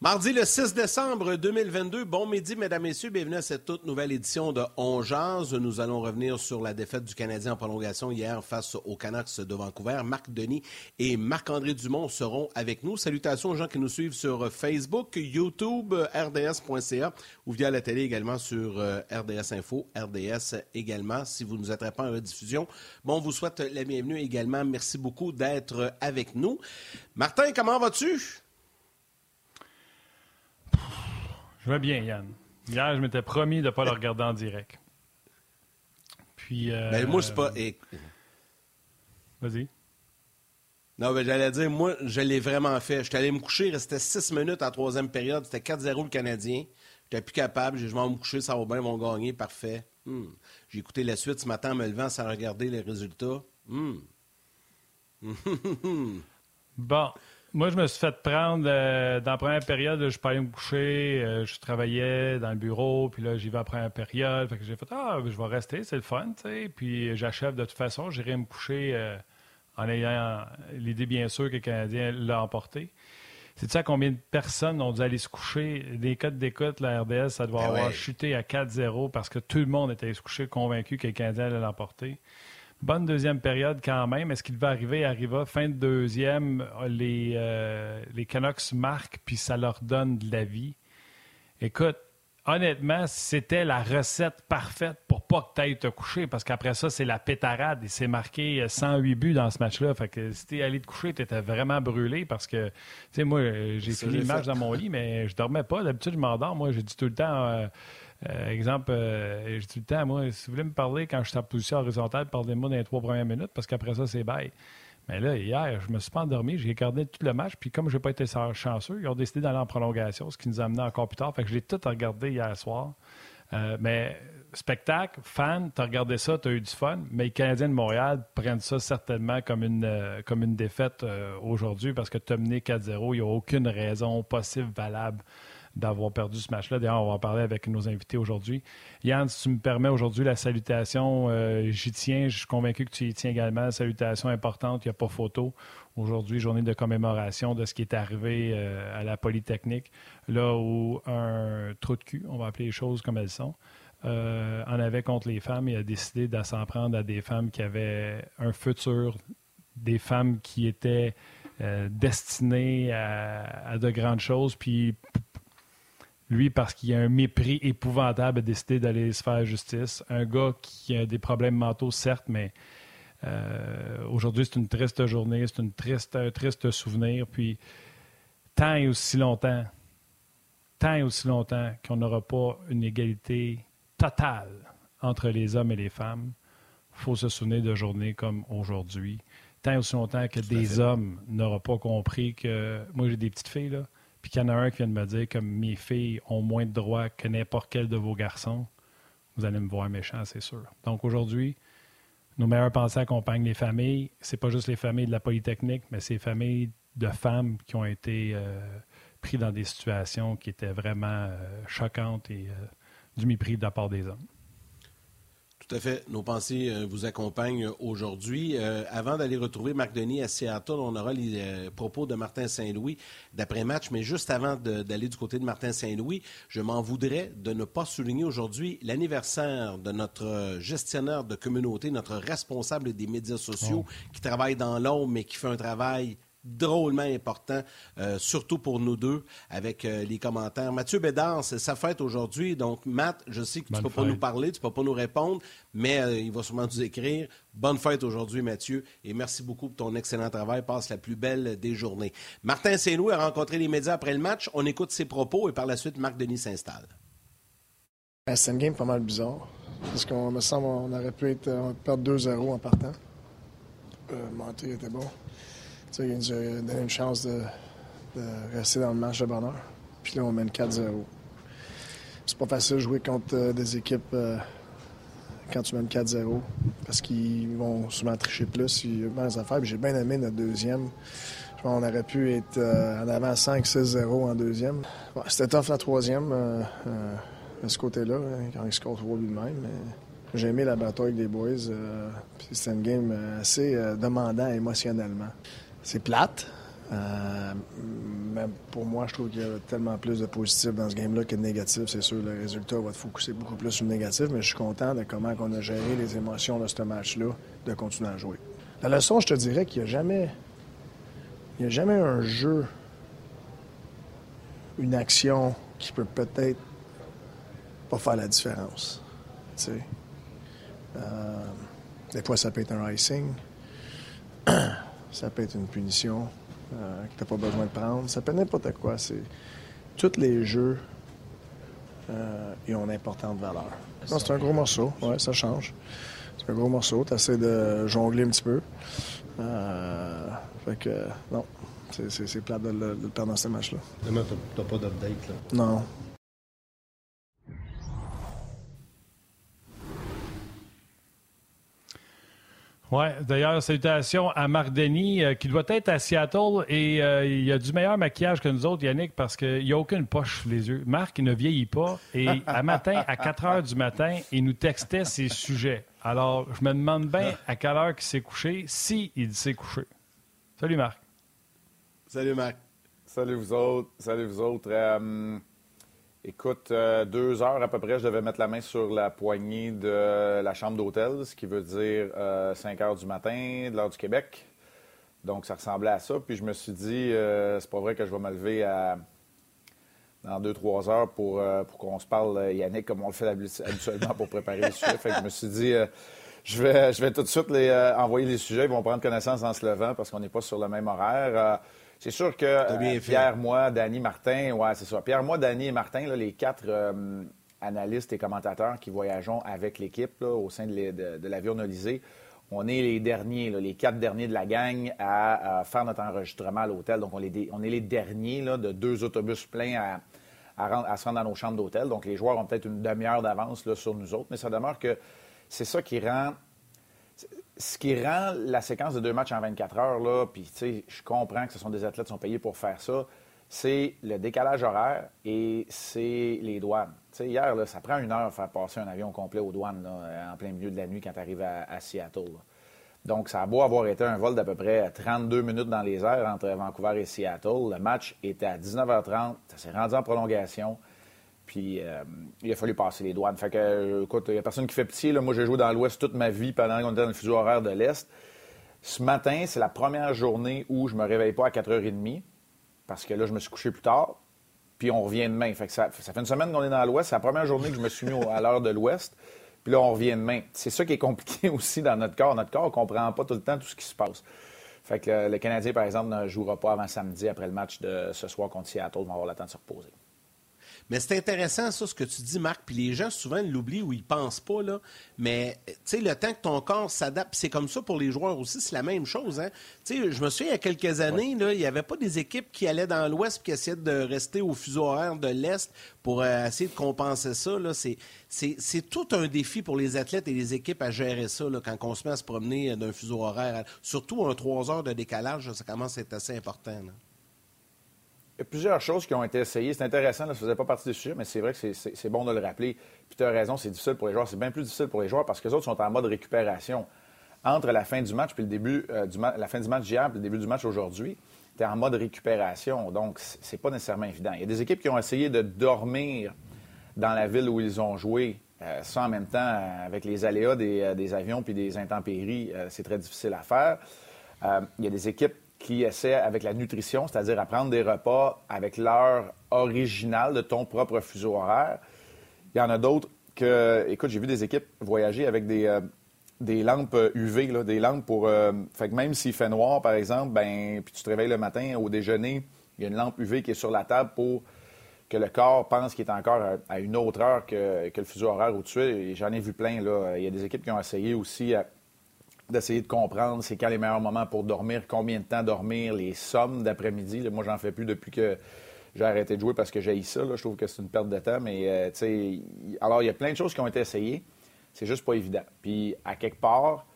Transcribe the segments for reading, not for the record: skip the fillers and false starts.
Mardi le 6 décembre 2022, bon midi, mesdames, messieurs, bienvenue à cette toute nouvelle édition de On Jase. Nous allons revenir sur la défaite du Canadien en prolongation hier face aux Canucks de Vancouver. Marc Denis et Marc-André Dumont seront avec nous. Salutations aux gens qui nous suivent sur Facebook, YouTube, rds.ca ou via la télé également sur RDS Info, RDS également. Si vous nous attrapez en rediffusion, bon, on vous souhaite la bienvenue également. Merci beaucoup d'être avec nous. Martin, comment vas-tu? Je vais bien, Yann. Hier, je m'étais promis de ne pas le regarder en direct. Puis. Ben, moi, c'est pas. Vas-y. Non, ben, j'allais dire, moi, je l'ai vraiment fait. J'étais allé me coucher, il restait 6 minutes en troisième période. C'était 4-0 le Canadien. J'étais plus capable. Je vais me coucher, ça va bien, ils vont gagner. Parfait. J'ai écouté la suite ce matin en me levant sans regarder les résultats. Bon. Moi, je me suis fait prendre dans la première période, je suis pas allé me coucher, je travaillais dans le bureau, puis là, j'y vais à la première période. Fait que j'ai fait, je vais rester, c'est le fun, tu sais. Puis j'achève de toute façon, j'irai me coucher en ayant l'idée, bien sûr, que le Canadien l'a emporté. C'est ça combien de personnes ont dû aller se coucher? Les codes d'écoute, la RDS, ça doit avoir chuté à 4-0 parce que tout le monde était allé se coucher convaincu que le Canadien allait l'emporter. Bonne deuxième période quand même. Est-ce qu'il va arriver? Arriva. Fin de deuxième, les Canucks marquent, puis ça leur donne de la vie. Écoute, honnêtement, c'était la recette parfaite pour pas que tu ailles te coucher, parce qu'après ça, c'est la pétarade. Il s'est marqué 108 buts dans ce match-là. Fait que si t'es allé te coucher, tu étais vraiment brûlé, parce que, tu sais, moi, j'ai fini le match dans mon lit, mais je dormais pas. D'habitude, je m'endors. Moi, j'ai dit tout le temps... exemple, j'ai tout le temps, moi, si vous voulez me parler quand je suis en position horizontale, parlez-moi dans les 3 premières minutes, parce qu'après ça, c'est bail. Mais là, hier, je me suis pas endormi, j'ai regardé tout le match, puis comme je n'ai pas été chanceux, ils ont décidé d'aller en prolongation, ce qui nous a amené encore plus tard. Fait que je l'ai tout regardé hier soir. Mais spectacle, fan, tu as regardé ça, tu as eu du fun, mais les Canadiens de Montréal prennent ça certainement comme une défaite aujourd'hui, parce que tu as mené 4-0, il n'y a aucune raison possible, valable, d'avoir perdu ce match-là. D'ailleurs, on va en parler avec nos invités aujourd'hui. Yann, si tu me permets aujourd'hui la salutation, j'y tiens. Je suis convaincu que tu y tiens également. Salutation importante, il n'y a pas photo. Aujourd'hui, journée de commémoration de ce qui est arrivé à la Polytechnique, là où un trou de cul, on va appeler les choses comme elles sont, en avait contre les femmes et a décidé de s'en prendre à des femmes qui avaient un futur, des femmes qui étaient destinées à de grandes choses, puis lui, parce qu'il y a un mépris épouvantable, a décidé d'aller se faire justice. Un gars qui a des problèmes mentaux, certes, mais aujourd'hui, c'est une triste journée, c'est un triste souvenir. Puis, tant et aussi longtemps qu'on n'aura pas une égalité totale entre les hommes et les femmes, il faut se souvenir de journées comme aujourd'hui. Tant et aussi longtemps que des hommes n'auront pas compris que... Moi, j'ai des petites filles, là. Puis qu'il y en a un qui vient de me dire que mes filles ont moins de droits que n'importe quel de vos garçons, vous allez me voir méchant, c'est sûr. Donc aujourd'hui, nos meilleures pensées accompagnent les familles. C'est pas juste les familles de la Polytechnique, mais c'est les familles de femmes qui ont été prises dans des situations qui étaient vraiment choquantes et du mépris de la part des hommes. Tout à fait. Nos pensées vous accompagnent aujourd'hui. Avant d'aller retrouver Marc Denis à Seattle, on aura les propos de Martin Saint-Louis d'après-match. Mais juste avant d'aller du côté de Martin Saint-Louis, je m'en voudrais de ne pas souligner aujourd'hui l'anniversaire de notre gestionnaire de communauté, notre responsable des médias sociaux qui travaille dans l'ombre, mais qui fait un travail drôlement important, surtout pour nous deux, avec les commentaires. Mathieu Bédard, c'est sa fête aujourd'hui. Donc, Matt, je sais que tu ne peux pas nous parler, tu ne peux pas nous répondre, mais il va sûrement nous écrire. Bonne fête aujourd'hui, Mathieu, et merci beaucoup pour ton excellent travail. Passe la plus belle des journées. Martin Saint-Louis a rencontré les médias après le match. On écoute ses propos et par la suite, Marc Denis s'installe. C'est une game pas mal bizarre, parce qu'on me semble qu'on aurait pu perdre 2-0 en partant. Monté était bon. Il nous a donné une chance de rester dans le match de bonheur. Puis là, on mène 4-0. C'est pas facile de jouer contre des équipes quand tu mènes 4-0 parce qu'ils vont souvent tricher plus. Il y a bien des affaires. Puis j'ai bien aimé notre deuxième. Je pense qu'on aurait pu être en avant 5-6-0 en deuxième. Bon, c'était tough la troisième de ce côté-là, quand ils scorent 3 buts de même. Mais j'ai aimé la bataille avec les boys. Puis c'était une game assez demandant émotionnellement. C'est plate, mais pour moi, je trouve qu'il y a tellement plus de positifs dans ce game-là que de négatifs. C'est sûr, le résultat va te focuser beaucoup plus sur le négatif, mais je suis content de comment on a géré les émotions de ce match-là, de continuer à jouer. La leçon, je te dirais qu'il n'y a jamais un jeu, une action qui peut peut-être pas faire la différence. Tu sais. Des fois, ça peut être un icing. Ça peut être une punition que tu n'as pas besoin de prendre. Ça peut être n'importe quoi. Tous les jeux ils ont une importante valeur. Non, c'est un gros morceau. Oui, ça change. C'est un gros morceau. Tu essaies de jongler un petit peu. Fait que, non. C'est plate de le perdre dans ce match-là. Demain, tu n'as pas d'update, là? Non. Oui, d'ailleurs, salutations à Marc Denis, qui doit être à Seattle et il a du meilleur maquillage que nous autres, Yannick, parce qu'il n'y a aucune poche sous les yeux. Marc, il ne vieillit pas et à 4 heures du matin, il nous textait ses sujets. Alors, je me demande bien à quelle heure il s'est couché, si il s'est couché. Salut, Marc. Salut, Marc. Salut vous autres. Écoute, 2 heures à peu près, je devais mettre la main sur la poignée de la chambre d'hôtel, ce qui veut dire 5 heures du matin, de l'heure du Québec. Donc, ça ressemblait à ça. Puis je me suis dit, c'est pas vrai que je vais me lever dans 2-3 heures pour qu'on se parle, Yannick, comme on le fait habituellement pour préparer les sujets. Fait que je me suis dit, je vais tout de suite envoyer les sujets. Ils vont prendre connaissance en se levant parce qu'on n'est pas sur le même horaire. C'est sûr que Pierre, moi, Danny, Martin, ouais, c'est ça. Pierre, moi, Danny et Martin, là, les 4 analystes et commentateurs qui voyageons avec l'équipe là, au sein de l'avion Nolisée, on est les derniers, là, les 4 derniers de la gang à faire notre enregistrement à l'hôtel. Donc, on est les derniers là, de 2 autobus pleins à se rendre dans nos chambres d'hôtel. Donc, les joueurs ont peut-être une demi-heure d'avance là, sur nous autres, mais ça demeure que c'est ça qui rend... Ce qui rend la séquence de 2 matchs en 24 heures, là, puis tu sais, je comprends que ce sont des athlètes qui sont payés pour faire ça, c'est le décalage horaire et c'est les douanes. Tu sais, hier, là, ça prend 1 heure de faire passer un avion complet aux douanes là, en plein milieu de la nuit quand tu arrives à Seattle. Là. Donc, ça a beau avoir été un vol d'à peu près 32 minutes dans les airs entre Vancouver et Seattle. Le match était à 19h30, ça s'est rendu en prolongation. Puis, il a fallu passer les douanes. Fait que, écoute, il n'y a personne qui fait pitié. Là. Moi, j'ai joué dans l'Ouest toute ma vie pendant qu'on était dans le fuseau horaire de l'Est. Ce matin, c'est la première journée où je ne me réveille pas à 4h30 parce que là, je me suis couché plus tard. Puis, on revient demain. Fait que ça fait une semaine qu'on est dans l'Ouest. C'est la première journée que je me suis mis à l'heure de l'Ouest. Puis là, on revient demain. C'est ça qui est compliqué aussi dans notre corps. Notre corps ne comprend pas tout le temps tout ce qui se passe. Fait que le Canadien, par exemple, ne jouera pas avant samedi après le match de ce soir contre Seattle. Ils vont avoir le temps de se reposer. Mais c'est intéressant, ça, ce que tu dis, Marc. Puis les gens, souvent, l'oublient ou ils pensent pas, là. Mais, tu sais, le temps que ton corps s'adapte, c'est comme ça pour les joueurs aussi, c'est la même chose, hein. Tu sais, je me souviens, il y a quelques années, là, il n'y avait pas des équipes qui allaient dans l'Ouest et qui essayaient de rester au fuseau horaire de l'Est pour essayer de compenser ça, là. C'est tout un défi pour les athlètes et les équipes à gérer ça, là, quand on se met à se promener d'un fuseau horaire. Surtout un 3 heures de décalage, là, ça commence à être assez important, là. Il y a plusieurs choses qui ont été essayées. C'est intéressant, là, ça ne faisait pas partie du sujet, mais c'est vrai que c'est bon de le rappeler. Puis tu as raison, c'est difficile pour les joueurs. C'est bien plus difficile pour les joueurs parce que les autres sont en mode récupération. Entre la fin du match puis le début la fin du match d'hier et le début du match aujourd'hui, tu es en mode récupération. Donc, c'est pas nécessairement évident. Il y a des équipes qui ont essayé de dormir dans la ville où ils ont joué. Ça, en même temps, avec les aléas des avions puis des intempéries, c'est très difficile à faire. Il y a des équipes qui essaient avec la nutrition, c'est-à-dire à prendre des repas avec l'heure originale de ton propre fuseau horaire. Il y en a d'autres que... Écoute, j'ai vu des équipes voyager avec des lampes UV, là, des lampes pour... fait que même s'il fait noir, par exemple, puis tu te réveilles le matin au déjeuner, il y a une lampe UV qui est sur la table pour que le corps pense qu'il est encore à une autre heure que le fuseau horaire où tu es. Et j'en ai vu plein, là. Il y a des équipes qui ont essayé aussi d'essayer de comprendre c'est quand les meilleurs moments pour dormir, combien de temps dormir, les sommes d'après-midi. Là, moi, j'en fais plus depuis que j'ai arrêté de jouer parce que j'ai ça. Là. Je trouve que c'est une perte de temps. Mais, tu sais, alors, il y a plein de choses qui ont été essayées. C'est juste pas évident. Puis, à quelque part,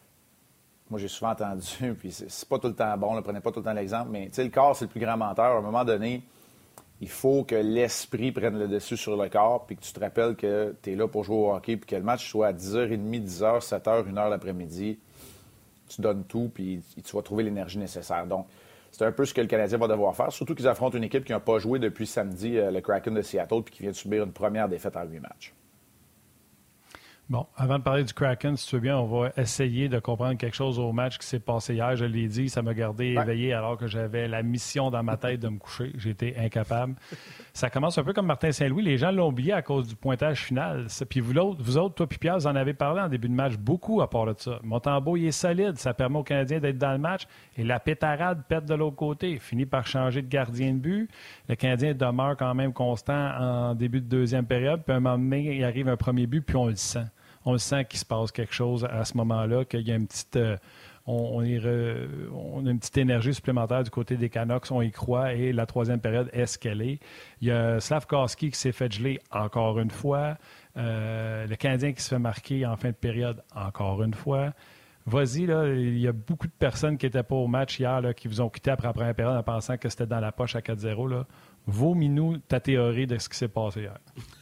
moi, j'ai souvent entendu, puis c'est pas tout le temps bon, ne prenez pas tout le temps l'exemple, mais, tu sais, le corps, c'est le plus grand menteur. À un moment donné, il faut que l'esprit prenne le dessus sur le corps, puis que tu te rappelles que tu es là pour jouer au hockey, puis que le match soit à 10h30, 10h, 7h, 1h l'après-midi. Tu donnes tout, puis tu vas trouver l'énergie nécessaire. Donc, C'est un peu ce que le Canadien va devoir faire, surtout qu'ils affrontent une équipe qui n'a pas joué depuis samedi, le Kraken de Seattle, puis qui vient de subir une première défaite en 8 matchs. Bon, avant de parler du Kraken, si tu veux bien, on va essayer de comprendre quelque chose au match qui s'est passé hier. Je l'ai dit, ça m'a gardé éveillé alors que j'avais la mission dans ma tête de me coucher. J'étais incapable. Ça commence un peu comme Martin Saint-Louis. Les gens l'ont oublié à cause du pointage final. Puis vous autres, toi puis Pierre, vous en avez parlé en début de match beaucoup à part de ça. Montembeault, il est solide. Ça permet aux Canadiens d'être dans le match. Et la pétarade pète de l'autre côté. Finit par changer de gardien de but. Le Canadien demeure quand même constant en début de deuxième période. Puis à un moment donné, il arrive un premier but, puis on le sent. On le sent qu'il se passe quelque chose à ce moment-là, qu'il y a une petite, on a une petite énergie supplémentaire du côté des Canucks. On y croit et la troisième période est ce qu'elle est. Il y a Slafkovský qui s'est fait geler encore une fois. Le Canadien qui se fait marquer en fin de période encore une fois. Vas-y, là, il y a beaucoup de personnes qui n'étaient pas au match hier là, qui vous ont quitté après la première période en pensant que c'était dans la poche à 4-0. Là. Vomis-nous ta théorie de ce qui s'est passé hier.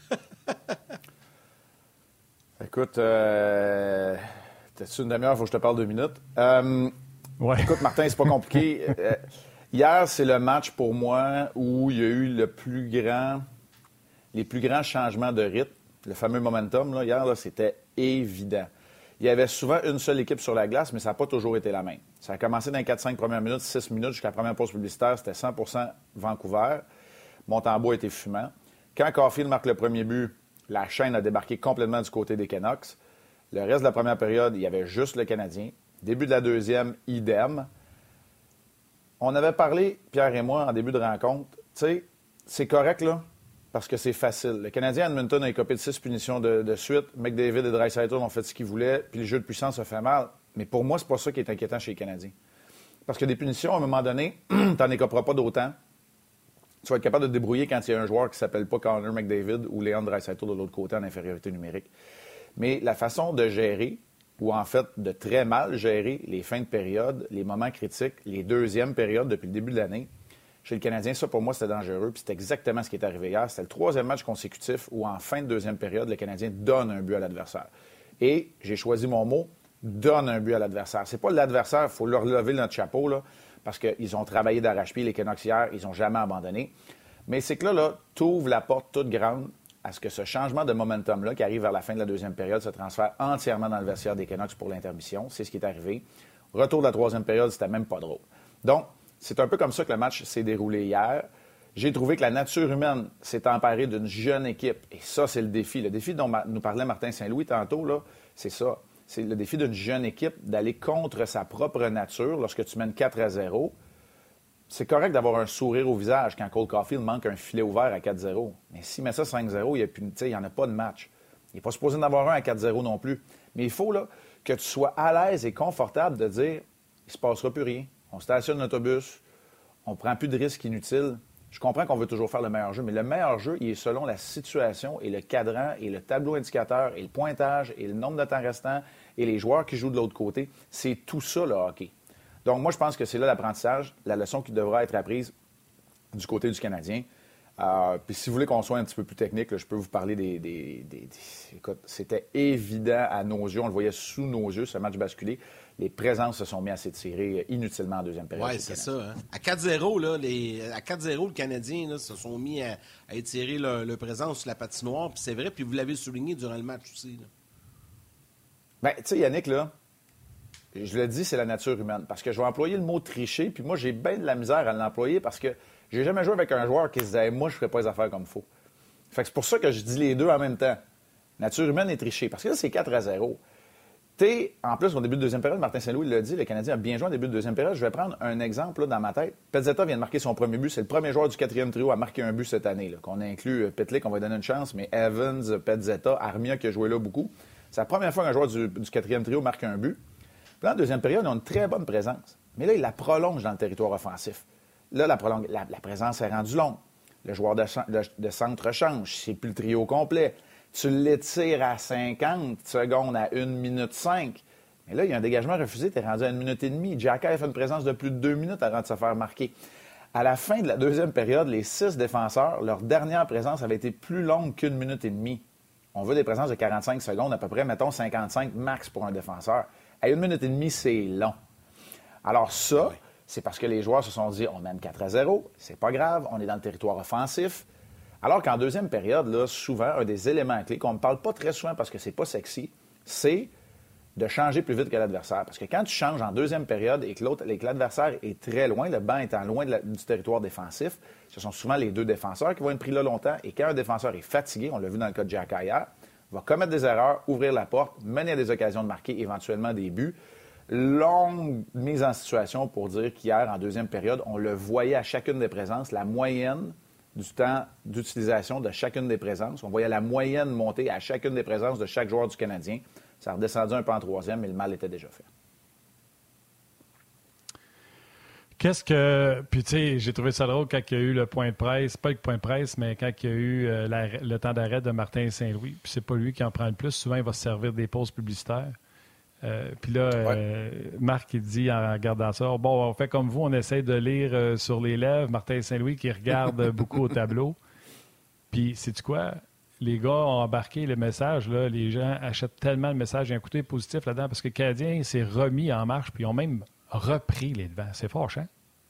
Écoute, t'as-tu une demi-heure, il faut que je te parle 2 minutes. Ouais. Écoute, Martin, c'est pas compliqué. Hier, c'est le match pour moi où il y a eu les plus grands changements de rythme. Le fameux momentum, là, hier, là, c'était évident. Il y avait souvent une seule équipe sur la glace, mais ça n'a pas toujours été la même. Ça a commencé dans les 4-5 premières minutes, 6 minutes, jusqu'à la première pause publicitaire, c'était 100% Vancouver. Montembeault était fumant. Quand Caulfield marque le premier but, la chaîne a débarqué complètement du côté des Canucks. Le reste de la première période, il y avait juste le Canadien. Début de la deuxième, idem. On avait parlé, Pierre et moi, en début de rencontre. Tu sais, c'est correct, là, parce que c'est facile. Le Canadien Edmonton a écopé de 6 punitions de suite. McDavid et Draisaitl ont fait ce qu'ils voulaient, puis le jeu de puissance a fait mal. Mais pour moi, c'est pas ça qui est inquiétant chez les Canadiens. Parce que des punitions, à un moment donné, t'en écoperas pas d'autant. Tu vas être capable de te débrouiller quand il y a un joueur qui ne s'appelle pas Connor McDavid ou Leon Draisaitl de l'autre côté en infériorité numérique. Mais la façon de gérer, ou en fait de très mal gérer les fins de période, les moments critiques, les deuxièmes périodes depuis le début de l'année, chez le Canadien, ça pour moi c'était dangereux. Puis c'est exactement ce qui est arrivé hier. C'était le 3e match consécutif où en fin de deuxième période, le Canadien donne un but à l'adversaire. Et j'ai choisi mon mot, donne un but à l'adversaire. C'est pas l'adversaire, il faut leur lever notre chapeau, là. Parce qu'ils ont travaillé d'arrache-pied, les Canucks hier, ils n'ont jamais abandonné. Mais c'est que là, tu ouvres la porte toute grande à ce que ce changement de momentum-là, qui arrive vers la fin de la deuxième période, se transfère entièrement dans le vestiaire des Canucks pour l'intermission. C'est ce qui est arrivé. Retour de la troisième période, c'était même pas drôle. Donc, c'est un peu comme ça que le match s'est déroulé hier. J'ai trouvé que la nature humaine s'est emparée d'une jeune équipe. Et ça, c'est le défi. Le défi dont nous parlait Martin Saint-Louis tantôt, là, c'est ça. C'est le défi d'une jeune équipe d'aller contre sa propre nature lorsque tu mènes 4-0. C'est correct d'avoir un sourire au visage quand Cole Caulfield manque un filet ouvert à 4-0. Mais s'il met ça 5-0, il n'y en a pas de match. Il n'est pas supposé en avoir un à 4-0 non plus. Mais il faut là, que tu sois à l'aise et confortable de dire il ne se passera plus rien. On stationne l'autobus, on ne prend plus de risques inutiles. Je comprends qu'on veut toujours faire le meilleur jeu, mais le meilleur jeu, il est selon la situation et le cadran et le tableau indicateur et le pointage et le nombre de temps restant et les joueurs qui jouent de l'autre côté. C'est tout ça, le hockey. Donc, moi, je pense que c'est là l'apprentissage, la leçon qui devra être apprise du côté du Canadien. Puis si vous voulez qu'on soit un petit peu plus technique, là, je peux vous parler Écoute, c'était évident à nos yeux, on le voyait sous nos yeux, ce match basculé. Les présences se sont mis à s'étirer inutilement en deuxième période. Oui, c'est ça. Hein? À 4-0, là, le Canadien là, se sont mis à étirer leur présence sur la patinoire. Puis c'est vrai, puis vous l'avez souligné durant le match aussi. Bien, tu sais, Yannick, là, je le dis, c'est la nature humaine. Parce que je vais employer le mot tricher, puis moi, j'ai bien de la misère à l'employer parce que j'ai jamais joué avec un joueur qui se disait « moi, je ne ferais pas les affaires comme il faut ». Fait que c'est pour ça que je dis les deux en même temps. Nature humaine et tricher. Parce que là, c'est 4-0. En plus, au début de deuxième période, Martin Saint-Louis l'a dit, le Canadien a bien joué en début de deuxième période. Je vais prendre un exemple là, dans ma tête. Pezzetta vient de marquer son premier but. C'est le premier joueur du 4e trio à marquer un but cette année. Là, qu'on inclut Pitlick, on va lui donner une chance, mais Evans, Pezzetta, Armia qui a joué là beaucoup. C'est la première fois qu'un joueur du 4e trio marque un but. Puis en deuxième période, ils ont une très bonne présence. Mais là, il la prolonge dans le territoire offensif. Là, la présence est rendue longue. Le joueur de centre change. C'est plus le trio complet. Tu l'étires à 50 secondes, à 1 minute 5. Mais là, il y a un dégagement refusé, tu es rendu à 1 minute et demie. Jacka a fait une présence de plus de 2 minutes avant de se faire marquer. À la fin de la deuxième période, les 6 défenseurs, leur dernière présence avait été plus longue qu'1 minute et demie. On veut des présences de 45 secondes, à peu près, mettons 55 max pour un défenseur. À 1 minute et demie, c'est long. Alors ça, c'est parce que les joueurs se sont dit, on mène 4-0, c'est pas grave, on est dans le territoire offensif. Alors qu'en deuxième période, là, souvent, un des éléments clés qu'on ne parle pas très souvent parce que c'est pas sexy, c'est de changer plus vite que l'adversaire. Parce que quand tu changes en deuxième période et que l'adversaire est très loin, le banc étant loin du territoire défensif, ce sont souvent les deux défenseurs qui vont être pris là longtemps. Et quand un défenseur est fatigué, on l'a vu dans le cas de Jack hier, va commettre des erreurs, ouvrir la porte, mener à des occasions de marquer éventuellement des buts. Longue mise en situation pour dire qu'hier, en deuxième période, on le voyait à chacune des présences, la moyenne du temps d'utilisation de chacune des présences. On voyait la moyenne monter à chacune des présences de chaque joueur du Canadien. Ça a redescendu un peu en troisième, mais le mal était déjà fait. Puis, tu sais, j'ai trouvé ça drôle quand il y a eu le point de presse, pas le point de presse, mais quand il y a eu le temps d'arrêt de Martin Saint-Louis. Puis, c'est pas lui qui en prend le plus. Souvent, il va se servir des pauses publicitaires. Puis là, Marc, il dit en regardant ça, bon, on fait comme vous, on essaie de lire sur les lèvres Martin Saint-Louis qui regarde beaucoup au tableau. Puis, sais-tu quoi? Les gars ont embarqué le message. Là, les gens achètent tellement le message. Il y a un côté positif là-dedans parce que le Canadien s'est remis en marche puis ils ont même repris les devants. C'est fâchant.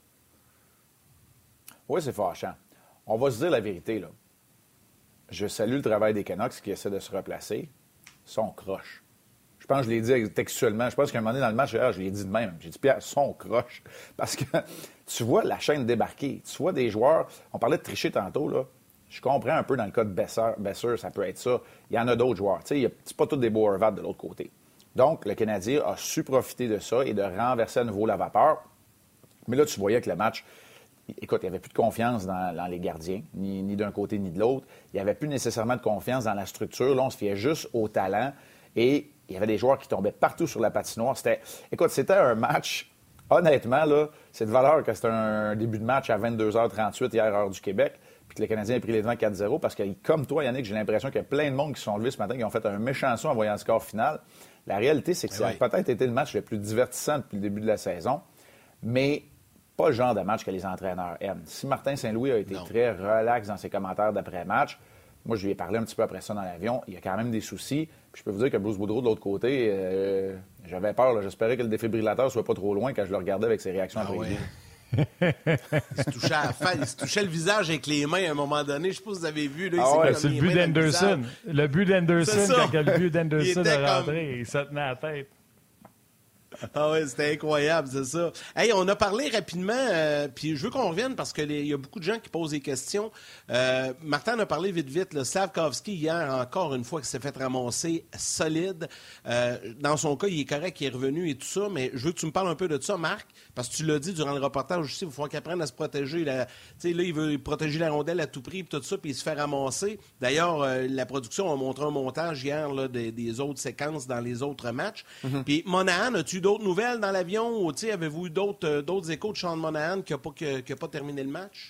Oui, c'est fâchant. On va se dire la vérité, là. Je salue le travail des Canucks qui essaient de se replacer. Son croche. Je pense que je l'ai dit textuellement. Je pense qu'à un moment donné dans le match, je l'ai dit de même. J'ai dit, Pierre, son croche. Parce que tu vois la chaîne débarquer. Tu vois des joueurs. On parlait de tricher tantôt, là. Je comprends un peu dans le cas de Besser, ça peut être ça. Il y en a d'autres joueurs. Tu sais, c'est pas tous des beaux Horvat de l'autre côté. Donc, le Canadien a su profiter de ça et de renverser à nouveau la vapeur. Mais là, tu voyais que le match, écoute, il n'y avait plus de confiance dans les gardiens, ni d'un côté ni de l'autre. Il n'y avait plus nécessairement de confiance dans la structure. Là, on se fiait juste au talent. Et il y avait des joueurs qui tombaient partout sur la patinoire. C'était un match, honnêtement, là, c'est de valeur que c'était un début de match à 22h38 hier, heure du Québec. Puis que le Canadien a pris les devants 4-0 parce que, comme toi, Yannick, j'ai l'impression qu'il y a plein de monde qui se sont levés ce matin qui ont fait un méchant son en voyant le score final. La réalité, c'est que ça a peut-être été le match le plus divertissant depuis le début de la saison, mais pas le genre de match que les entraîneurs aiment. Si Martin Saint-Louis a été très relax dans ses commentaires d'après-match, moi, je lui ai parlé un petit peu après ça dans l'avion, il y a quand même des soucis. Puis je peux vous dire que Bruce Boudreau, de l'autre côté, j'avais peur. Là, j'espérais que le défibrillateur soit pas trop loin quand je le regardais avec ses réactions après-midi. Il se touchait à la face, il se touchait le visage avec les mains à un moment donné. Je ne sais pas si vous avez vu. Là, c'est le but d'Anderson. Le but d'Anderson, quand le but d'Anderson est rentré, il se tenait à la tête. Ah oui, c'était incroyable, c'est ça. Hey, on a parlé rapidement, puis je veux qu'on revienne parce qu'il y a beaucoup de gens qui posent des questions. Martin en a parlé vite. Là. Slavkovski, hier, encore une fois, qui s'est fait ramasser solide. Dans son cas, il est correct, il est revenu et tout ça, mais je veux que tu me parles un peu de ça, Marc, parce que tu l'as dit durant le reportage aussi, il faut qu'il apprenne à se protéger. Là, il veut protéger la rondelle à tout prix, puis tout ça, puis il se fait ramasser. D'ailleurs, la production a montré un montage hier là, des autres séquences dans les autres matchs. Puis Monahan, as-tu d'autres nouvelles dans l'avion ou avez-vous eu d'autres échos de Sean Monahan qui n'a pas terminé le match?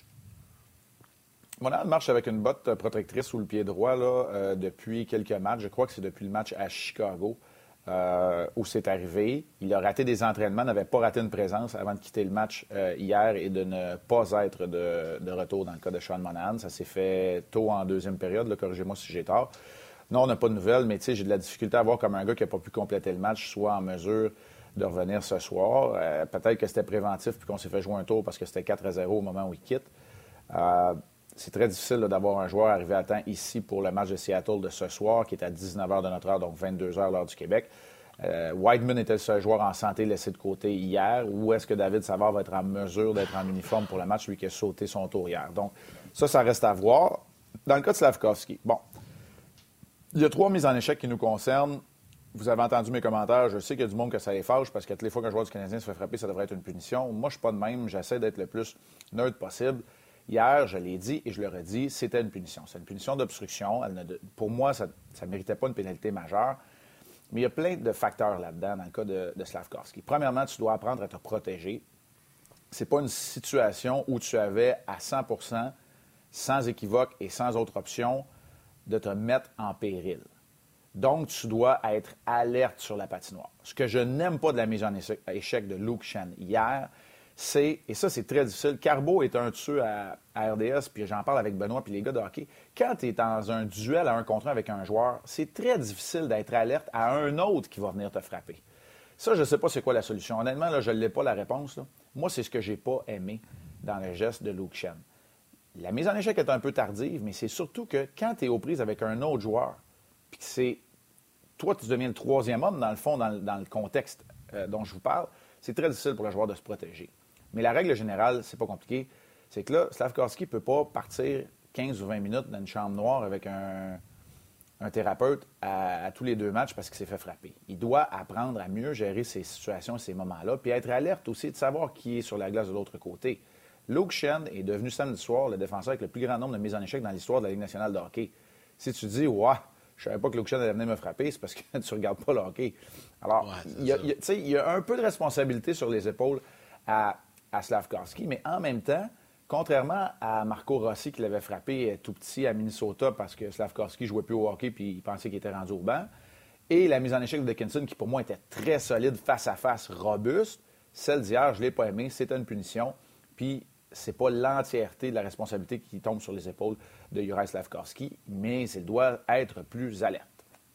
Monahan marche avec une botte protectrice sous le pied droit là, depuis quelques matchs. Je crois que c'est depuis le match à Chicago où c'est arrivé. Il a raté des entraînements, n'avait pas raté une présence avant de quitter le match hier et de ne pas être de retour dans le cas de Sean Monahan. Ça s'est fait tôt en deuxième période. Là, corrigez-moi si j'ai tort. Non, on n'a pas de nouvelles, mais j'ai de la difficulté à voir comme un gars qui n'a pas pu compléter le match soit en mesure de revenir ce soir. Peut-être que c'était préventif puis qu'on s'est fait jouer un tour parce que c'était 4-0 au moment où il quitte. C'est très difficile là, d'avoir un joueur arrivé à temps ici pour le match de Seattle de ce soir, qui est à 19h de notre heure, donc 22h l'heure du Québec. Whiteman était le seul joueur en santé laissé de côté hier. Ou est-ce que David Savard va être en mesure d'être en uniforme pour le match, lui qui a sauté son tour hier? Donc, ça reste à voir. Dans le cas de Slavkovski, bon, il y a 3 mises en échec qui nous concernent. Vous avez entendu mes commentaires. Je sais qu'il y a du monde que ça les fâche parce que toutes les fois qu'un joueur du Canadien se fait frapper, ça devrait être une punition. Moi, je ne suis pas de même. J'essaie d'être le plus neutre possible. Hier, je l'ai dit et je le redis, c'était une punition. C'est une punition d'obstruction. Pour moi, ça ne méritait pas une pénalité majeure. Mais il y a plein de facteurs là-dedans, dans le cas de Slavkovski. Premièrement, tu dois apprendre à te protéger. Ce n'est pas une situation où tu avais à 100%, sans équivoque et sans autre option, de te mettre en péril. Donc, tu dois être alerte sur la patinoire. Ce que je n'aime pas de la mise en échec de Luke Schenn hier, c'est, et ça, c'est très difficile. Carbo est un dessus à RDS, puis j'en parle avec Benoît, puis les gars de hockey. Quand tu es dans un duel à 1 contre 1 avec un joueur, c'est très difficile d'être alerte à un autre qui va venir te frapper. Ça, je ne sais pas c'est quoi la solution. Honnêtement, là, je ne l'ai pas la réponse. Là. Moi, c'est ce que je n'ai pas aimé dans le geste de Luke Schenn. La mise en échec est un peu tardive, mais c'est surtout que quand tu es aux prises avec un autre joueur, puis que c'est toi, tu deviens le troisième homme, dans le fond, dans le contexte dont je vous parle, c'est très difficile pour le joueur de se protéger. Mais la règle générale, c'est pas compliqué. C'est que là, Slafkovský ne peut pas partir 15 ou 20 minutes dans une chambre noire avec un thérapeute à tous les 2 matchs parce qu'il s'est fait frapper. Il doit apprendre à mieux gérer ces situations, ces moments-là, puis être alerte aussi de savoir qui est sur la glace de l'autre côté. Luke Schenn est devenu samedi soir le défenseur avec le plus grand nombre de mises en échec dans l'histoire de la Ligue nationale de hockey. Si tu dis « Ouais, je savais pas que Luke Schenn allait venir me frapper », c'est parce que tu ne regardes pas le hockey. Alors, il y a un peu de responsabilité sur les épaules à Slafkovský, mais en même temps, contrairement à Marco Rossi qui l'avait frappé tout petit à Minnesota parce que Slafkovský ne jouait plus au hockey puis il pensait qu'il était rendu au banc, et la mise en échec de Dickinson qui pour moi était très solide, face à face, robuste, celle d'hier, je ne l'ai pas aimée, c'était une punition, puis c'est pas l'entièreté de la responsabilité qui tombe sur les épaules de Juraj Slafkovský, mais il doit être plus alerte.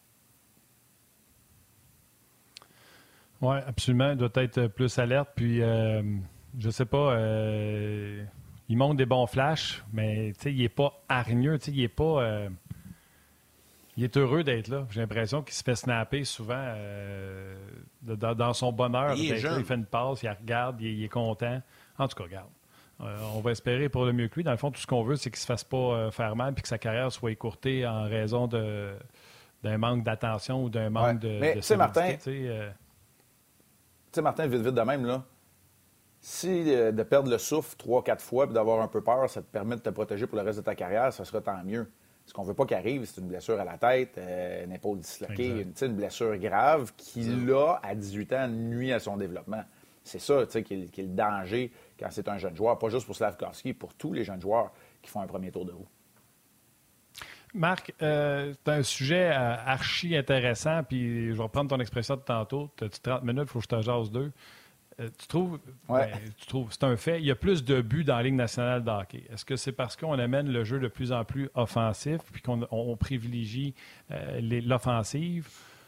Oui, absolument. Il doit être plus alerte. Puis, je sais pas, il montre des bons flashs, mais il n'est pas hargneux. Il est pas. Il est heureux d'être là. J'ai l'impression qu'il se fait snapper souvent dans son bonheur. Il fait une passe, il regarde, il est content. En tout cas, regarde. On va espérer pour le mieux que lui. Dans le fond, tout ce qu'on veut, c'est qu'il ne se fasse pas faire mal et que sa carrière soit écourtée en raison d'un manque d'attention ou d'un manque de Martin, tu sais, Martin, vite de même, là, si de perdre le souffle 3-4 fois et d'avoir un peu peur, ça te permet de te protéger pour le reste de ta carrière, ça sera tant mieux. Ce qu'on ne veut pas qu'arrive, c'est une blessure à la tête, une épaule disloquée, une blessure grave qui, là, à 18 ans, nuit à son développement. C'est ça, tu sais, qui est le danger quand c'est un jeune joueur, pas juste pour Slafkovský, pour tous les jeunes joueurs qui font un premier tour de roue. Marc, c'est un sujet archi intéressant, puis je vais reprendre ton expression de tantôt. Tu as 30 minutes, il faut que je te jase 2. Tu trouves, c'est un fait, il y a plus de buts dans la Ligue nationale de hockey. Est-ce que c'est parce qu'on amène le jeu de plus en plus offensif, puis qu'on privilégie l'offensive,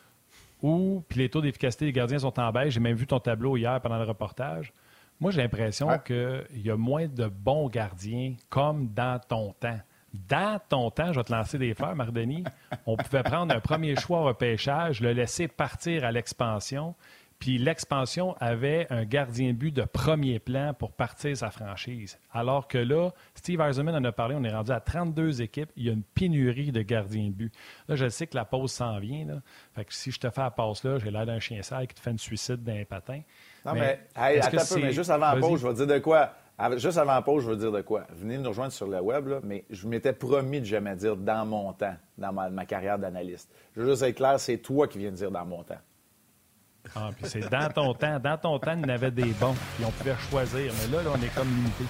ou puis les taux d'efficacité des gardiens sont en baisse? J'ai même vu ton tableau hier pendant le reportage. Moi, j'ai l'impression qu'il y a moins de bons gardiens comme dans ton temps. Dans ton temps, je vais te lancer des fleurs, Marc-Denis, on pouvait prendre un premier choix au repêchage, le laisser partir à l'expansion, puis l'expansion avait un gardien de but de premier plan pour partir sa franchise. Alors que là, Steve Yzerman en a parlé, on est rendu à 32 équipes, il y a une pénurie de gardiens de but. Là, je sais que la pause s'en vient, là. Fait que si je te fais la passe là, j'ai l'air d'un chien sale qui te fait une suicide d'un patin. Non, mais attends un peu, mais juste avant la pause, je vais te dire de quoi. Juste avant la pause, je veux dire de quoi. Venez nous rejoindre sur le web, là, mais je m'étais promis de jamais dire dans mon temps, dans ma carrière d'analyste. Je veux juste être clair, c'est toi qui viens de dire dans mon temps. Ah, puis c'est dans ton temps. Dans ton temps, il y en avait des bons, puis on pouvait choisir. Mais là, on est comme limité.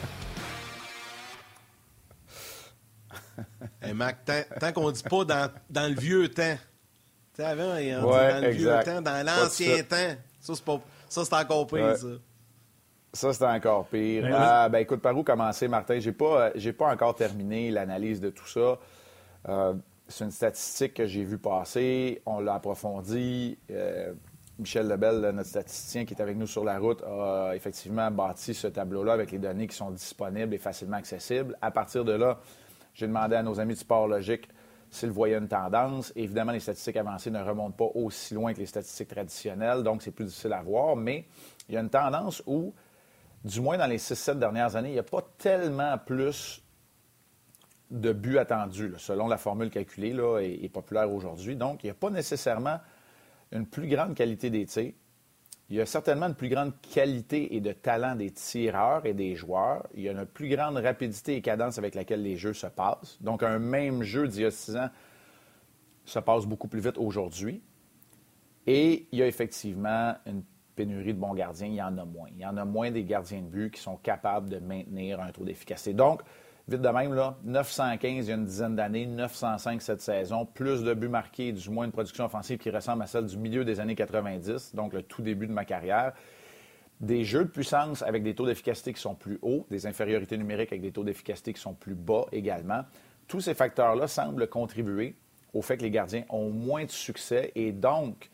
Hey Mac, tant qu'on ne dit pas dans le vieux temps. Tu sais, avant, on dit dans le vieux temps, dans l'ancien temps. Ça, c'est encore pire, ça. Ça, c'est encore pire. Écoute, par où commencer, Martin? J'ai pas encore terminé l'analyse de tout ça. C'est une statistique que j'ai vue passer. On l'a approfondie. Michel Lebel, notre statisticien qui est avec nous sur la route, a effectivement bâti ce tableau-là avec les données qui sont disponibles et facilement accessibles. À partir de là, j'ai demandé à nos amis de Sport Logique s'ils voyaient une tendance. Évidemment, les statistiques avancées ne remontent pas aussi loin que les statistiques traditionnelles, donc c'est plus difficile à voir. Mais il y a une tendance où, du moins dans les 6-7 dernières années, il n'y a pas tellement plus de buts attendus, là, selon la formule calculée là, est populaire aujourd'hui. Donc, il n'y a pas nécessairement une plus grande qualité des tirs. Il y a certainement une plus grande qualité et de talent des tireurs et des joueurs. Il y a une plus grande rapidité et cadence avec laquelle les jeux se passent. Donc, un même jeu d'il y a 6 ans se passe beaucoup plus vite aujourd'hui. Et il y a effectivement une pénurie de bons gardiens. Il y en a moins. Il y en a moins des gardiens de but qui sont capables de maintenir un taux d'efficacité. Donc, vite de même, là, 915 il y a une dizaine d'années, 905 cette saison, plus de buts marqués, du moins une production offensive qui ressemble à celle du milieu des années 90, donc le tout début de ma carrière. Des jeux de puissance avec des taux d'efficacité qui sont plus hauts, des infériorités numériques avec des taux d'efficacité qui sont plus bas également. Tous ces facteurs-là semblent contribuer au fait que les gardiens ont moins de succès et donc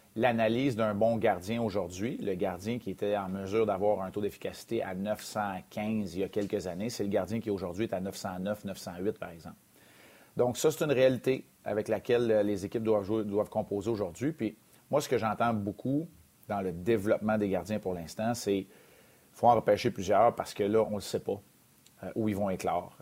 l'analyse d'un bon gardien aujourd'hui, le gardien qui était en mesure d'avoir un taux d'efficacité à 915 il y a quelques années, c'est le gardien qui aujourd'hui est à 909, 908 par exemple. Donc ça, c'est une réalité avec laquelle les équipes doivent composer aujourd'hui. Puis moi, ce que j'entends beaucoup dans le développement des gardiens pour l'instant, c'est qu'il faut en repêcher plusieurs parce que là, on ne sait pas où ils vont éclore.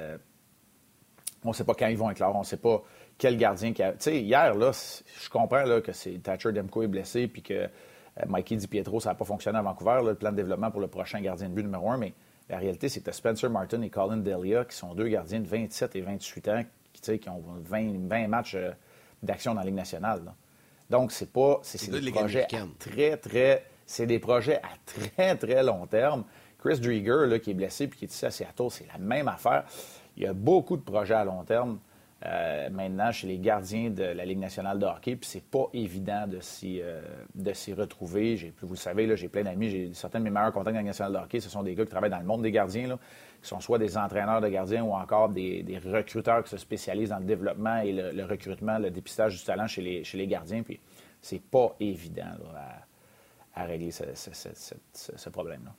On ne sait pas quand ils vont éclore, on ne sait pas quel gardien qui a... Tu sais, hier, là, je comprends là, que c'est Thatcher Demko est blessé puis que Mikey DiPietro, ça n'a pas fonctionné à Vancouver, là, le plan de développement pour le prochain gardien de but numéro 1, mais la réalité, c'est que Spencer Martin et Colin Delia, qui sont deux gardiens de 27 et 28 ans, qui ont 20 matchs d'action dans la Ligue nationale. Là. Donc, c'est des projets c'est des projets à très, très long terme. Chris Driedger, là, qui est blessé puis qui est ici à Seattle, c'est la même affaire. Il y a beaucoup de projets à long terme maintenant chez les gardiens de la Ligue nationale de hockey, puis c'est pas évident de s'y retrouver. Vous le savez, là, j'ai plein d'amis, certains de mes meilleurs contacts dans la Ligue nationale de hockey, ce sont des gars qui travaillent dans le monde des gardiens, là, qui sont soit des entraîneurs de gardiens ou encore des recruteurs qui se spécialisent dans le développement et le recrutement, le dépistage du talent chez les gardiens, puis c'est pas évident là, à régler ce problème-là.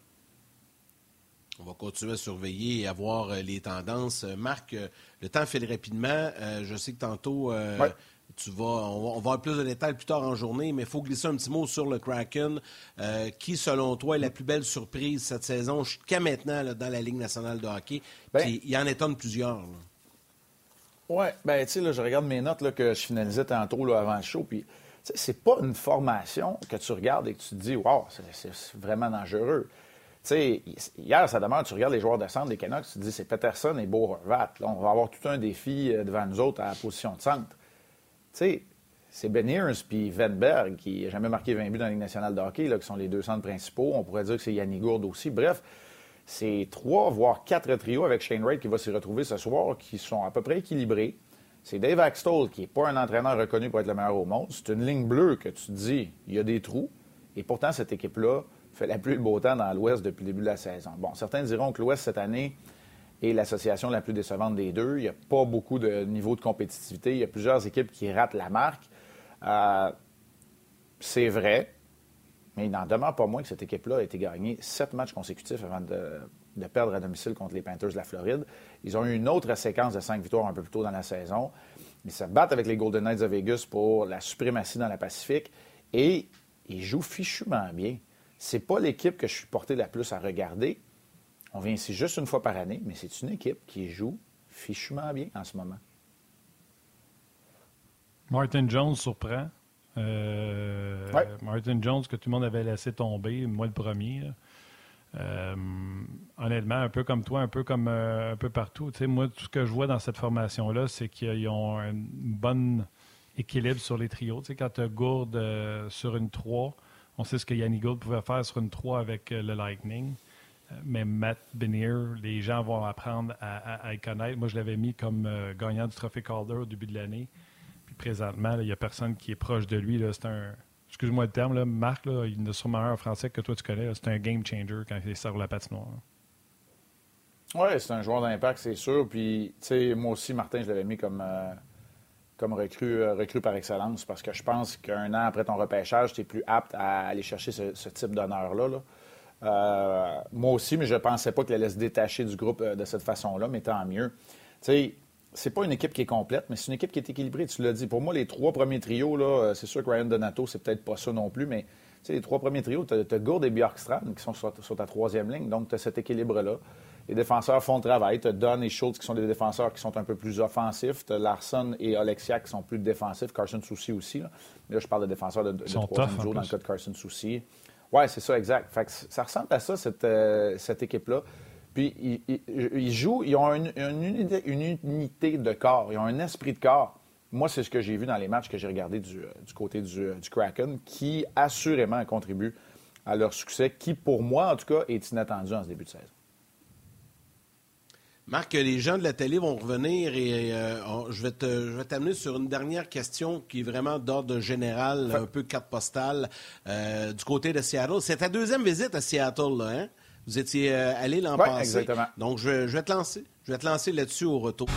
On va continuer à surveiller et à voir les tendances. Marc, le temps file rapidement. Je sais que tantôt, on va avoir plus de détails plus tard en journée, mais il faut glisser un petit mot sur le Kraken. Qui, selon toi, est la plus belle surprise cette saison jusqu'à maintenant là, dans la Ligue nationale de hockey? Puis, il y en étonne plusieurs. Oui, bien, tu sais, là, je regarde mes notes là, que je finalisais tantôt là, avant le show, puis c'est pas une formation que tu regardes et que tu te dis « Wow, c'est vraiment dangereux ». Tu sais, hier, ça demeure, tu regardes les joueurs de centre des Canucks, tu te dis c'est Pettersson et Bo Horvat. Là, on va avoir tout un défi devant nous autres à la position de centre. Tu sais, c'est Beniers puis Vetberg qui n'a jamais marqué 20 buts dans la Ligue nationale de hockey, là, qui sont les deux centres principaux. On pourrait dire que c'est Yanni Gourde aussi. Bref, c'est 3, voire 4 trios avec Shane Wright qui va s'y retrouver ce soir, qui sont à peu près équilibrés. C'est Dave Axtell qui n'est pas un entraîneur reconnu pour être le meilleur au monde. C'est une ligne bleue que tu te dis, il y a des trous. Et pourtant, cette équipe-là fait la pluie et le beau temps dans l'Ouest depuis le début de la saison. Bon, certains diront que l'Ouest, cette année, est l'association la plus décevante des deux. Il n'y a pas beaucoup de niveau de compétitivité. Il y a plusieurs équipes qui ratent la marque. C'est vrai, mais il n'en demeure pas moins que cette équipe-là a été gagnée 7 matchs consécutifs avant de perdre à domicile contre les Panthers de la Floride. Ils ont eu une autre séquence de 5 victoires un peu plus tôt dans la saison. Ils se battent avec les Golden Knights de Vegas pour la suprématie dans la Pacifique et ils jouent fichument bien. C'est pas l'équipe que je suis porté la plus à regarder. On vient ici juste une fois par année, mais c'est une équipe qui joue fichument bien en ce moment. Martin Jones surprend. Martin Jones, que tout le monde avait laissé tomber, moi le premier. Honnêtement, un peu comme toi, un peu comme un peu partout. Tu sais, moi, tout ce que je vois dans cette formation-là, c'est qu'ils ont un bon équilibre sur les trios. Tu sais, quand tu as Gourde sur une 3, on sait ce que Yanni Gourde pouvait faire sur une 3 avec le Lightning. Mais Matt Beniers, les gens vont apprendre à le connaître. Moi, je l'avais mis comme gagnant du Trophée Calder au début de l'année. Puis présentement, il n'y a personne qui est proche de lui. Là. C'est un... Excuse-moi le terme, là, Marc, là, il y en a sûrement un en français que toi tu connais. Là. C'est un game changer quand il sort la patinoire. Oui, c'est un joueur d'impact, c'est sûr. Puis, tu sais, moi aussi, Martin, je l'avais mis comme recrue par excellence parce que je pense qu'un an après ton repêchage, tu es plus apte à aller chercher ce type d'honneur-là. Là. Moi aussi, mais je ne pensais pas qu'il allait se détacher du groupe de cette façon-là, mais tant mieux. Tu sais, c'est pas une équipe qui est complète, mais c'est une équipe qui est équilibrée. Tu l'as dit. Pour moi, les 3 premiers trios, là, c'est sûr que Ryan Donato, c'est peut-être pas ça non plus, mais tu sais, les 3 premiers trios, tu as Gourde et Bjorkstrand qui sont sur ta 3e ligne, donc tu as cet équilibre-là. Les défenseurs font le travail. Tu as Dunn et Schultz qui sont des défenseurs qui sont un peu plus offensifs. Tu as Larson et Oleksiak qui sont plus défensifs. Carson Soucy aussi. Là, mais là je parle de défenseurs de 3e jour dans le cas de Carson Soucy. Oui, c'est ça, exact. Fait que ça ressemble à ça, cette équipe-là. Puis, ils jouent, ils ont une unité de corps, ils ont un esprit de corps. Moi, c'est ce que j'ai vu dans les matchs que j'ai regardés du côté du Kraken, qui assurément contribue à leur succès, qui, pour moi, en tout cas, est inattendu en ce début de saison. Marc, les gens de la télé vont revenir et je vais t'amener sur une dernière question qui est vraiment d'ordre général, un peu carte postale, du côté de Seattle. C'est ta 2e visite à Seattle, là, hein? Vous étiez allé l'an passé. Exactement. Donc, je vais te lancer. Je vais te lancer là-dessus au retour.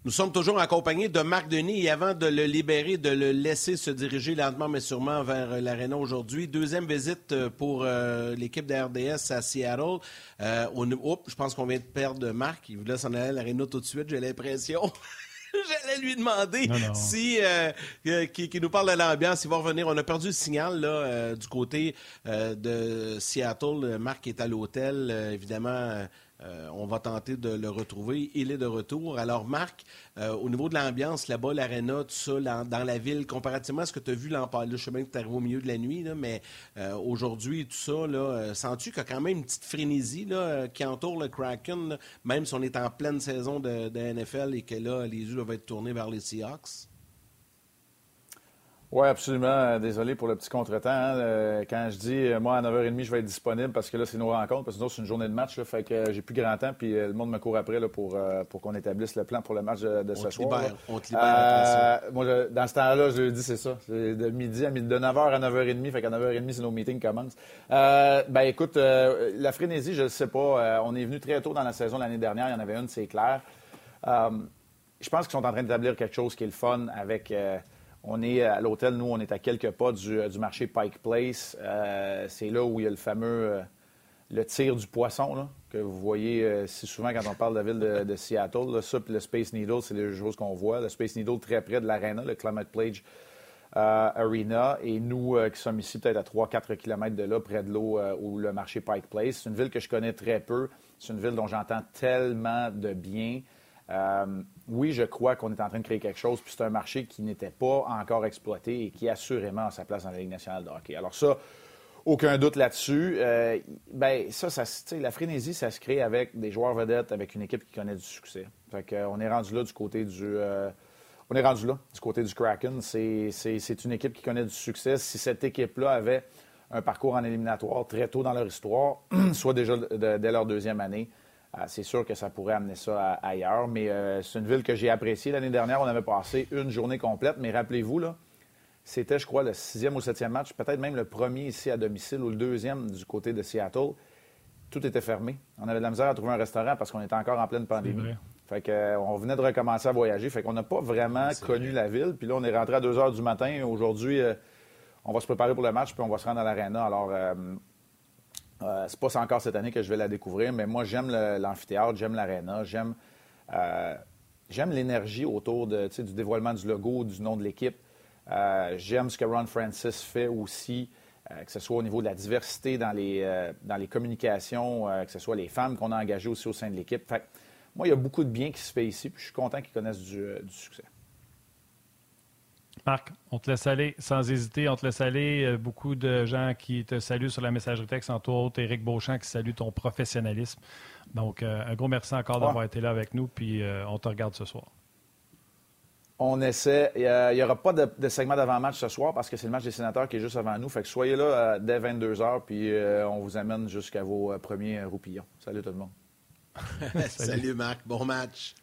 Nous sommes toujours accompagnés de Marc Denis et avant de le libérer, de le laisser se diriger lentement mais sûrement vers l'aréna aujourd'hui. Deuxième visite pour l'équipe de RDS à Seattle. Je pense qu'on vient de perdre Marc. Il voulait s'en aller à l'aréna tout de suite, j'ai l'impression. J'allais lui demander si qu'il nous parle de l'ambiance. Il va revenir. On a perdu le signal là, du côté de Seattle. Marc est à l'hôtel. Évidemment, on va tenter de le retrouver. Il est de retour. Alors, Marc, au niveau de l'ambiance, là-bas, l'aréna, tout ça, dans la ville, comparativement à ce que tu as vu l'an passé, je sais bien que tu es arrivé au milieu de la nuit, là, mais aujourd'hui, tout ça, là, sens-tu qu'il y a quand même une petite frénésie là, qui entoure le Kraken, là, même si on est en pleine saison de NFL et que là, les yeux doivent être tournés vers les Seahawks? Oui, absolument. Désolé pour le petit contretemps. Hein. Quand je dis, moi, à 9h30, je vais être disponible parce que là, c'est nos rencontres, parce que sinon, c'est une journée de match. Là, fait que j'ai plus grand temps, puis le monde me court après là, pour qu'on établisse le plan pour le match de ce soir. On te libère après ça. Moi, dans ce temps-là, je le dis, c'est ça. C'est de 9h à 9h30, fait qu'à 9h30, c'est nos meetings qui commencent. Écoute, la frénésie, je ne sais pas. On est venu très tôt dans la saison l'année dernière. Il y en avait une, c'est clair. Je pense qu'ils sont en train d'établir quelque chose qui est le fun avec... On est à l'hôtel, nous, on est à quelques pas du marché Pike Place. C'est là où il y a le fameux le tir du poisson, là, que vous voyez si souvent quand on parle de la ville de Seattle. Là, ça, puis le Space Needle, c'est les choses qu'on voit. Le Space Needle très près de l'aréna, le Climate Pledge Arena. Et nous, qui sommes ici peut-être à 3-4 km de là, près de l'eau, où le marché Pike Place. C'est une ville que je connais très peu. C'est une ville dont j'entends tellement de bien. Oui, je crois qu'on est en train de créer quelque chose, puis c'est un marché qui n'était pas encore exploité et qui assurément a sa place dans la Ligue nationale de hockey. Alors ça, aucun doute là-dessus. La frénésie, ça se crée avec des joueurs vedettes, avec une équipe qui connaît du succès. Fait qu'on est rendu là du côté du côté du Kraken. C'est une équipe qui connaît du succès. Si cette équipe-là avait un parcours en éliminatoire très tôt dans leur histoire, soit déjà dès leur deuxième année, c'est sûr que ça pourrait amener ça ailleurs, mais c'est une ville que j'ai appréciée. L'année dernière, on avait passé une journée complète, mais rappelez-vous, là, c'était, je crois, le 6e ou 7e match, peut-être même le premier ici à domicile ou le 2e du côté de Seattle. Tout était fermé. On avait de la misère à trouver un restaurant parce qu'on était encore en pleine pandémie. Fait qu'on venait de recommencer à voyager. Fait qu'on n'a pas vraiment connu la ville. Puis là, on est rentré à 2 h du matin. Aujourd'hui, on va se préparer pour le match, puis on va se rendre à l'aréna. Alors... c'est pas encore cette année que je vais la découvrir, mais moi, j'aime l'amphithéâtre, j'aime l'aréna, j'aime l'énergie autour du dévoilement du logo, du nom de l'équipe. J'aime ce que Ron Francis fait aussi, que ce soit au niveau de la diversité dans les communications, que ce soit les femmes qu'on a engagées aussi au sein de l'équipe. Fait, moi, il y a beaucoup de bien qui se fait ici, puis je suis content qu'ils connaissent du succès. Marc, on te laisse aller sans hésiter. On te laisse aller. Beaucoup de gens qui te saluent sur la messagerie texte, entre autres Éric Beauchamp qui salue ton professionnalisme. Donc, un gros merci encore d'avoir été là avec nous, puis on te regarde ce soir. On essaie. Il n'y aura pas de segment d'avant-match ce soir parce que c'est le match des Sénateurs qui est juste avant nous. Fait que soyez là dès 22 h, puis on vous amène jusqu'à vos premiers roupillons. Salut tout le monde. Salut Marc, bon match.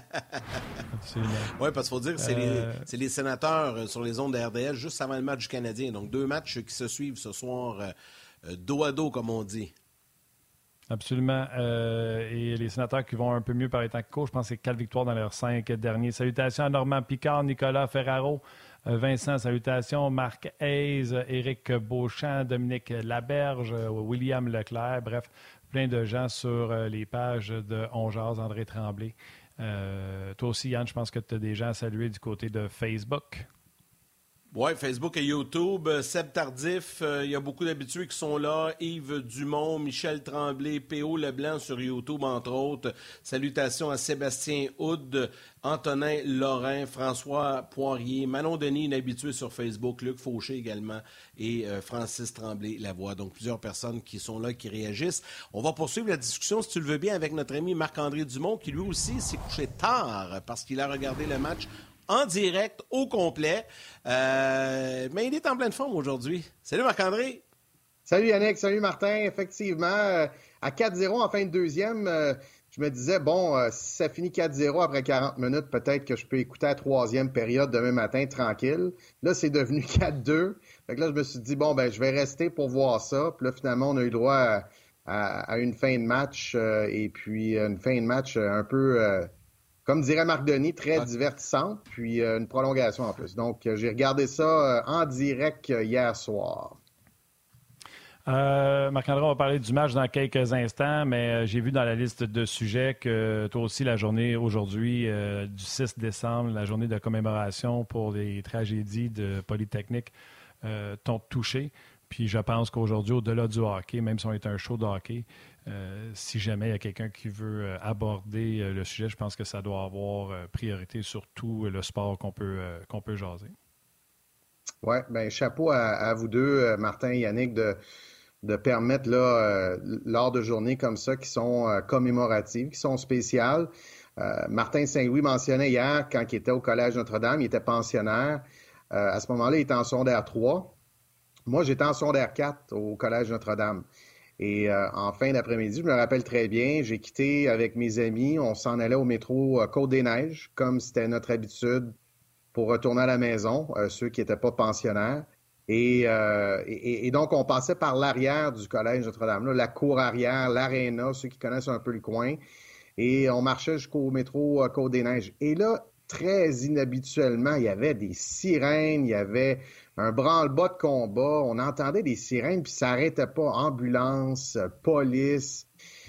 Oui, parce qu'il faut dire que c'est les Sénateurs sur les ondes de RDS juste avant le match du Canadien. Donc, 2 matchs qui se suivent ce soir dos à dos, comme on dit. Absolument. Et les Sénateurs qui vont un peu mieux par les temps qui courent, je pense que c'est 4 victoires dans leurs 5 derniers. Salutations à Normand Picard, Nicolas Ferraro, Vincent, salutations, Marc Hayes, Éric Beauchamp, Dominique Laberge, William Leclerc, bref, plein de gens sur les pages de On Jase, André Tremblay. Toi aussi, Yann, je pense que tu as des gens à saluer du côté de Facebook. Oui, Facebook et YouTube. Seb Tardif, il y a beaucoup d'habitués qui sont là. Yves Dumont, Michel Tremblay, P.O. Leblanc sur YouTube, entre autres. Salutations à Sébastien Houd, Antonin Lorrain, François Poirier, Manon Denis, une habituée sur Facebook, Luc Fauché également, et Francis Tremblay-Lavoie. Donc, plusieurs personnes qui sont là, qui réagissent. On va poursuivre la discussion, si tu le veux bien, avec notre ami Marc-André Dumont, qui lui aussi s'est couché tard parce qu'il a regardé le match en direct, au complet. Mais il est en pleine forme aujourd'hui. Salut Marc-André. Salut Yannick, salut Martin. Effectivement, à 4-0 en fin de deuxième, je me disais, si ça finit 4-0 après 40 minutes, peut-être que je peux écouter la troisième période demain matin tranquille. Là, c'est devenu 4-2. Fait que là, je me suis dit, je vais rester pour voir ça. Puis là, finalement, on a eu droit à une fin de match et puis une fin de match un peu... comme dirait Marc Denis, très divertissante, puis une prolongation en plus. Donc, j'ai regardé ça en direct hier soir. Marc-André, on va parler du match dans quelques instants, mais j'ai vu dans la liste de sujets que toi aussi, la journée aujourd'hui du 6 décembre, la journée de commémoration pour les tragédies de Polytechnique, t'ont touché. Puis je pense qu'aujourd'hui, au-delà du hockey, même si on est un show de hockey, si jamais il y a quelqu'un qui veut aborder le sujet, je pense que ça doit avoir priorité sur tout le sport qu'on peut jaser. Oui, bien, chapeau à vous deux, Martin et Yannick, de permettre, là, lors de journées comme ça qui sont commémoratives, qui sont spéciales. Martin Saint-Louis mentionnait hier, quand il était au Collège Notre-Dame, il était pensionnaire. À ce moment-là, il était en secondaire 3. Moi, j'étais en secondaire 4 au Collège Notre-Dame. Et en fin d'après-midi, je me rappelle très bien, j'ai quitté avec mes amis, on s'en allait au métro Côte-des-Neiges, comme c'était notre habitude pour retourner à la maison, ceux qui n'étaient pas pensionnaires. Et donc, on passait par l'arrière du Collège Notre-Dame, là, la cour arrière, l'aréna, ceux qui connaissent un peu le coin. Et on marchait jusqu'au métro Côte-des-Neiges. Et là, très inhabituellement, il y avait des sirènes, il y avait un branle-bas de combat, on entendait des sirènes, puis ça n'arrêtait pas. Ambulance, police.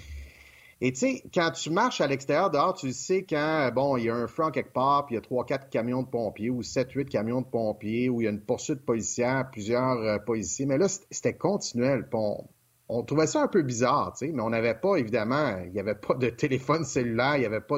Et tu sais, quand tu marches à l'extérieur dehors, tu sais quand, bon, il y a un feu en quelque part, puis il y a 3-4 camions de pompiers, ou 7-8 camions de pompiers, ou il y a une poursuite policière, plusieurs policiers. Mais là, c'était continuel. On trouvait ça un peu bizarre, tu sais, mais on n'avait pas, évidemment, il n'y avait pas de téléphone cellulaire, il n'y avait pas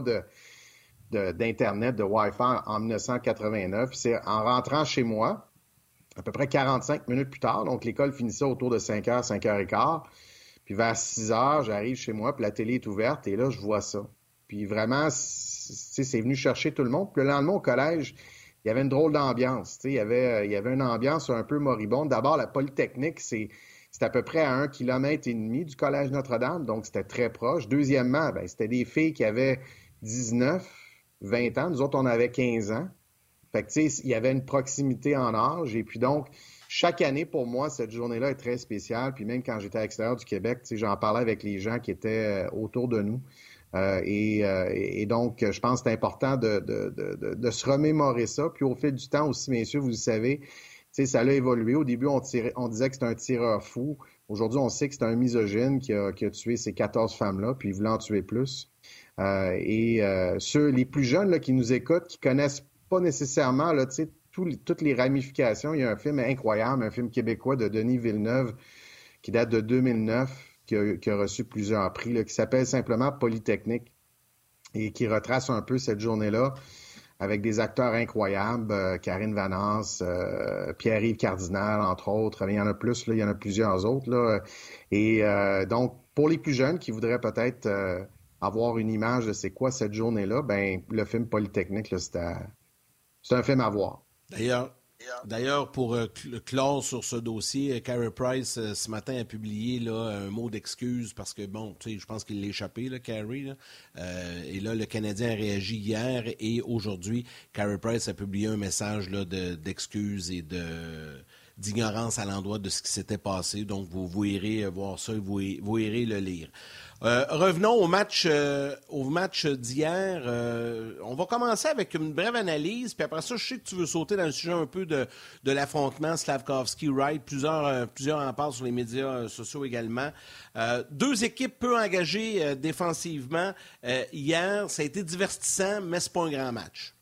d'Internet, de Wi-Fi en 1989. C'est en rentrant chez moi, à peu près 45 minutes plus tard, donc l'école finissait autour de 5h, 5h15, puis vers 6h, j'arrive chez moi, puis la télé est ouverte, et là, je vois ça. Puis vraiment, c'est venu chercher tout le monde. Puis le lendemain, au collège, il y avait une drôle d'ambiance. Il y avait une ambiance un peu moribonde. D'abord, la Polytechnique, c'est à peu près à 1,5 km du Collège Notre-Dame, donc c'était très proche. Deuxièmement, c'était des filles qui avaient 19, 20 ans. Nous autres, on avait 15 ans. Fait que, tu sais, il y avait une proximité en âge. Et puis donc, chaque année, pour moi, cette journée-là est très spéciale. Puis même quand j'étais à l'extérieur du Québec, tu sais, j'en parlais avec les gens qui étaient autour de nous. Et donc, je pense que c'est important de se remémorer ça. Puis au fil du temps aussi, messieurs, vous le savez, tu sais, ça a évolué. Au début, on disait que c'était un tireur fou. Aujourd'hui, on sait que c'est un misogyne qui a tué ces 14 femmes-là, puis il voulait en tuer plus. Les plus jeunes là, qui nous écoutent, qui connaissent pas nécessairement là, toutes les ramifications. Il y a un film incroyable, un film québécois de Denis Villeneuve qui date de 2009, qui a reçu plusieurs prix, là, qui s'appelle simplement Polytechnique et qui retrace un peu cette journée-là avec des acteurs incroyables, Karine Vanasse, Pierre-Yves Cardinal, entre autres. Il y en a plus, là, il y en a plusieurs autres. Là. Et donc, pour les plus jeunes qui voudraient peut-être avoir une image de c'est quoi cette journée-là, ben le film Polytechnique, là, c'est un film à voir. D'ailleurs, pour clore sur ce dossier, Carey Price, ce matin, a publié là, un mot d'excuse parce que, bon, tu sais, je pense qu'il l'a échappé, là, Carey. Là. Et là, le Canadien a réagi hier et aujourd'hui, Carey Price a publié un message là, d'excuse et d'ignorance à l'endroit de ce qui s'était passé. Donc, vous irez voir ça et vous irez le lire. Revenons au match d'hier. On va commencer avec une brève analyse, puis après ça, je sais que tu veux sauter dans le sujet un peu de l'affrontement Slavkovski-Wright. Plusieurs en parlent sur les médias sociaux également. Deux équipes peu engagées défensivement. Hier, ça a été divertissant, mais c'est pas un grand match.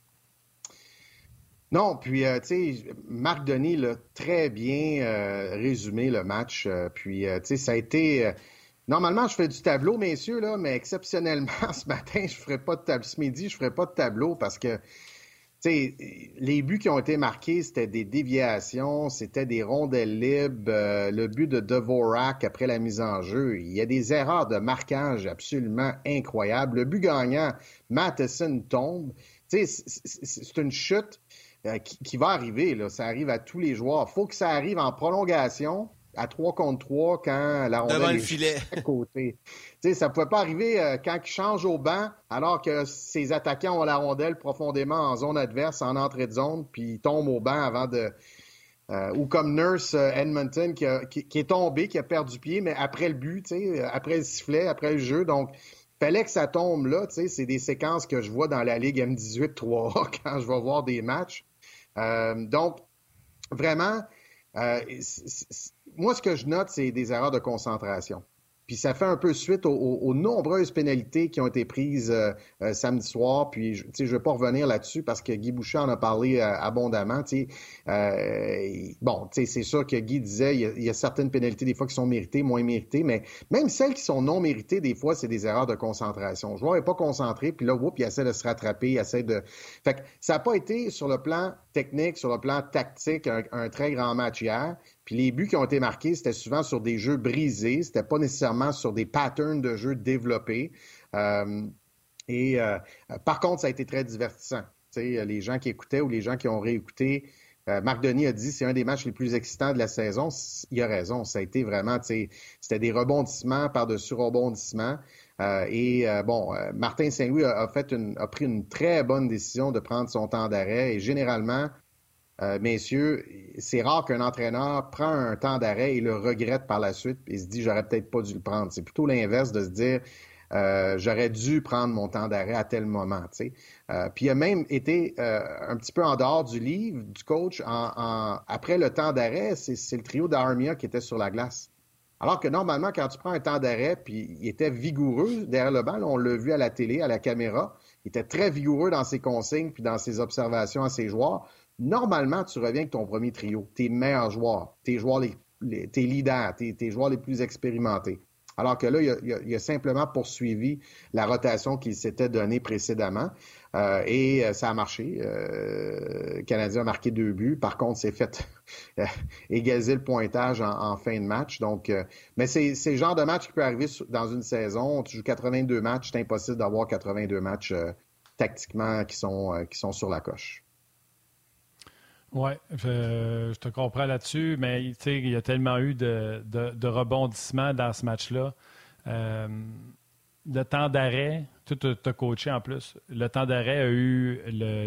Non, puis, tu sais, Marc Denis l'a très bien résumé le match. Puis, tu sais, ça a été... Normalement, je fais du tableau, messieurs, là, mais exceptionnellement, ce matin, ce midi, je ferai pas de tableau parce que, tu sais, les buts qui ont été marqués, c'était des déviations, c'était des rondelles libres, le but de Dvorak après la mise en jeu. Il y a des erreurs de marquage absolument incroyables. Le but gagnant, Matheson tombe. Tu sais, c'est une chute qui va arriver, là. Ça arrive à tous les joueurs. Il faut que ça arrive en prolongation, à 3 contre 3, quand la rondelle est à côté. Tu sais, ça ne pouvait pas arriver quand il change au banc, alors que ses attaquants ont la rondelle profondément en zone adverse, en entrée de zone, puis ils tombent au banc avant de... ou comme Nurse Edmonton, qui est tombé, qui a perdu pied, mais après le but, tu sais, après le sifflet, après le jeu. Donc, fallait que ça tombe là. C'est des séquences que je vois dans la Ligue M18-3A quand je vais voir des matchs. Donc, vraiment, moi, ce que je note, c'est des erreurs de concentration. Puis ça fait un peu suite aux nombreuses pénalité qui ont été prises samedi soir. Puis, je ne vais pas revenir là-dessus parce que Guy Boucher en a parlé abondamment. C'est sûr que Guy disait il y a certaines pénalités des fois qui sont méritées, moins méritées, mais même celles qui sont non méritées, des fois, c'est des erreurs de concentration. Le joueur n'est pas concentré, puis là, il essaie de se rattraper, il essaie de... Fait que ça n'a pas été sur le plan technique, sur le plan tactique, un très grand match hier. Puis les buts qui ont été marqués, c'était souvent sur des jeux brisés, c'était pas nécessairement sur des patterns de jeu développés. Par contre, ça a été très divertissant. Les gens qui écoutaient ou les gens qui ont réécouté, Marc Denis a dit c'est un des matchs les plus excitants de la saison. Il a raison. Ça a été vraiment, c'était des rebondissements par-dessus rebondissements. Martin Saint-Louis a pris une très bonne décision de prendre son temps d'arrêt et généralement, messieurs, c'est rare qu'un entraîneur prend un temps d'arrêt et le regrette par la suite et se dit j'aurais peut-être pas dû le prendre. C'est plutôt l'inverse de se dire j'aurais dû prendre mon temps d'arrêt à tel moment. Puis il a même été un petit peu en dehors du livre du coach. Après le temps d'arrêt, c'est le trio d'Armia qui était sur la glace. Alors que normalement, quand tu prends un temps d'arrêt, puis il était vigoureux derrière le banc, là, on l'a vu à la télé, à la caméra, il était très vigoureux dans ses consignes puis dans ses observations à ses joueurs. Normalement, tu reviens avec ton premier trio, tes meilleurs joueurs, tes leaders, tes joueurs les plus expérimentés. Alors que là, il a simplement poursuivi la rotation qu'il s'était donnée précédemment et ça a marché. Le Canadien a marqué 2 buts. Par contre, c'est fait égaliser le pointage en fin de match. Donc, mais c'est le genre de match qui peut arriver dans une saison. Tu joues 82 matchs, c'est impossible d'avoir 82 matchs tactiquement qui sont sur la coche. Oui, je te comprends là-dessus, mais il y a tellement eu de rebondissements dans ce match-là. Le temps d'arrêt, tu as coaché en plus, le temps d'arrêt a eu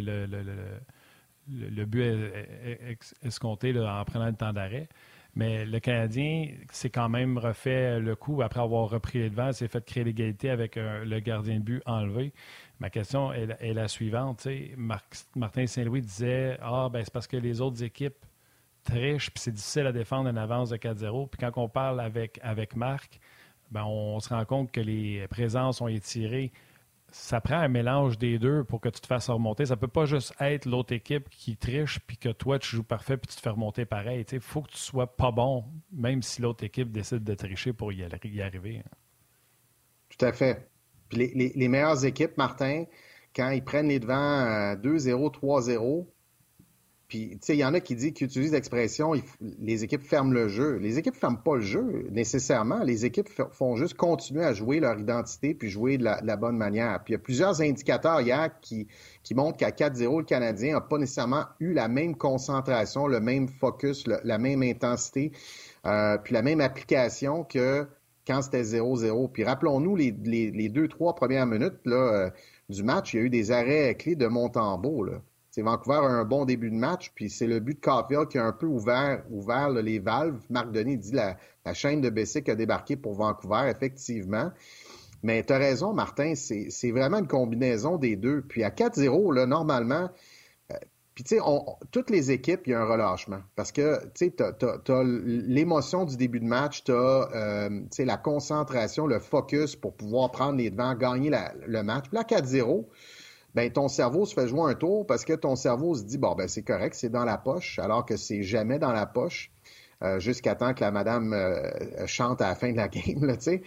le but escompté là, en prenant le temps d'arrêt. Mais le Canadien s'est quand même refait le coup après avoir repris les devants, s'est fait créer l'égalité avec le gardien de but enlevé. Ma question est la suivante. Martin Saint-Louis disait c'est parce que les autres équipes trichent puis c'est difficile à défendre une avance de 4-0. Puis quand on parle avec Marc, on se rend compte que les présences ont étiré. Ça prend un mélange des deux pour que tu te fasses remonter. Ça ne peut pas juste être l'autre équipe qui triche puis que toi, tu joues parfait puis tu te fais remonter pareil. Il faut que tu sois pas bon, même si l'autre équipe décide de tricher pour y arriver. Tout à fait. Puis les meilleures équipes, Martin, quand ils prennent les devants 2-0, 3-0, puis il y en a qui utilisent l'expression les équipes ferment le jeu. Les équipes ne ferment pas le jeu nécessairement. Les équipes font juste continuer à jouer leur identité puis jouer de la bonne manière. Puis il y a plusieurs indicateurs hier qui montrent qu'à 4-0, le Canadien n'a pas nécessairement eu la même concentration, le même focus, la même intensité, puis la même application que quand c'était 0-0. Puis rappelons-nous les 2-3 premières minutes là, du match, il y a eu des arrêts clés de Montembeault, là. Vancouver a un bon début de match, puis c'est le but de Caulfield qui a un peu ouvert là, les valves. Marc Denis dit la chaîne de Bessic a débarqué pour Vancouver, effectivement. Mais tu as raison, Martin, c'est vraiment une combinaison des deux. Puis à 4-0, là, normalement, puis tu sais, toutes les équipes, il y a un relâchement. Parce que, tu sais, t'as l'émotion du début de match, t'as, tu sais, la concentration, le focus pour pouvoir prendre les devants, gagner le match. Puis là, 4-0, ton cerveau se fait jouer un tour parce que ton cerveau se dit, c'est correct, c'est dans la poche, alors que c'est jamais dans la poche, jusqu'à temps que la madame chante à la fin de la game, là, tu sais.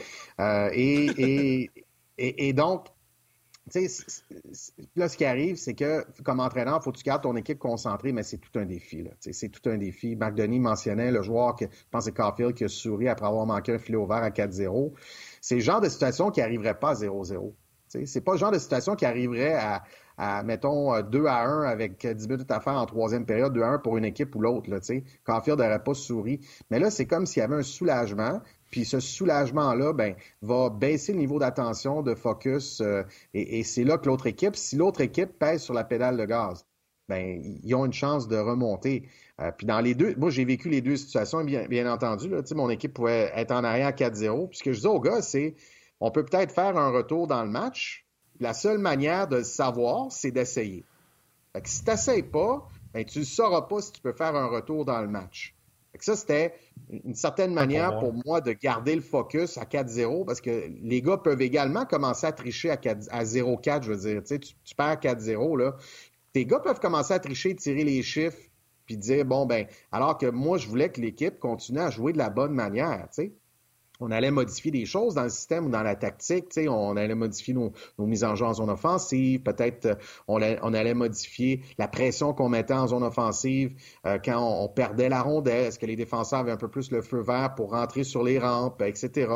Et donc, tu sais, là, ce qui arrive, c'est que, comme entraîneur, il faut que tu gardes ton équipe concentrée, mais c'est tout un défi, là. Tu sais, c'est tout un défi. Marc Denis mentionnait le joueur, je pense que c'est Caulfield, qui a souri après avoir manqué un filet ouvert à 4-0. C'est le genre de situation qui n'arriverait pas à 0-0. C'est pas le genre de situation qui arriverait à mettons, 2-1 avec 10 minutes à faire en troisième période, 2-1 pour une équipe ou l'autre. Caulfield n'aurait pas souri. Mais là, c'est comme s'il y avait un soulagement. Puis ce soulagement-là, va baisser le niveau d'attention, de focus. Et c'est là que l'autre équipe, si l'autre équipe pèse sur la pédale de gaz, ils ont une chance de remonter. Puis dans les deux, moi, j'ai vécu les deux situations, bien entendu. Là, mon équipe pouvait être en arrière 4-0. Puis ce que je dis aux gars, c'est on peut peut-être faire un retour dans le match. La seule manière de le savoir, c'est d'essayer. Fait que si tu n'essayes pas, ben, tu ne sauras pas si tu peux faire un retour dans le match. Fait que ça, c'était une certaine manière pour moi de garder le focus à 4-0 parce que les gars peuvent également commencer à tricher à 0-4, je veux dire. Tu perds 4-0, là. Tes gars peuvent commencer à tricher, tirer les chiffres, puis dire, bon, ben, alors que moi, je voulais que l'équipe continue à jouer de la bonne manière, tu sais. On allait modifier des choses dans le système ou dans la tactique. On allait modifier nos mises en jeu en zone offensive. Peut-être on allait modifier la pression qu'on mettait en zone offensive quand on perdait la rondelle. Est-ce que les défenseurs avaient un peu plus le feu vert pour rentrer sur les rampes, etc.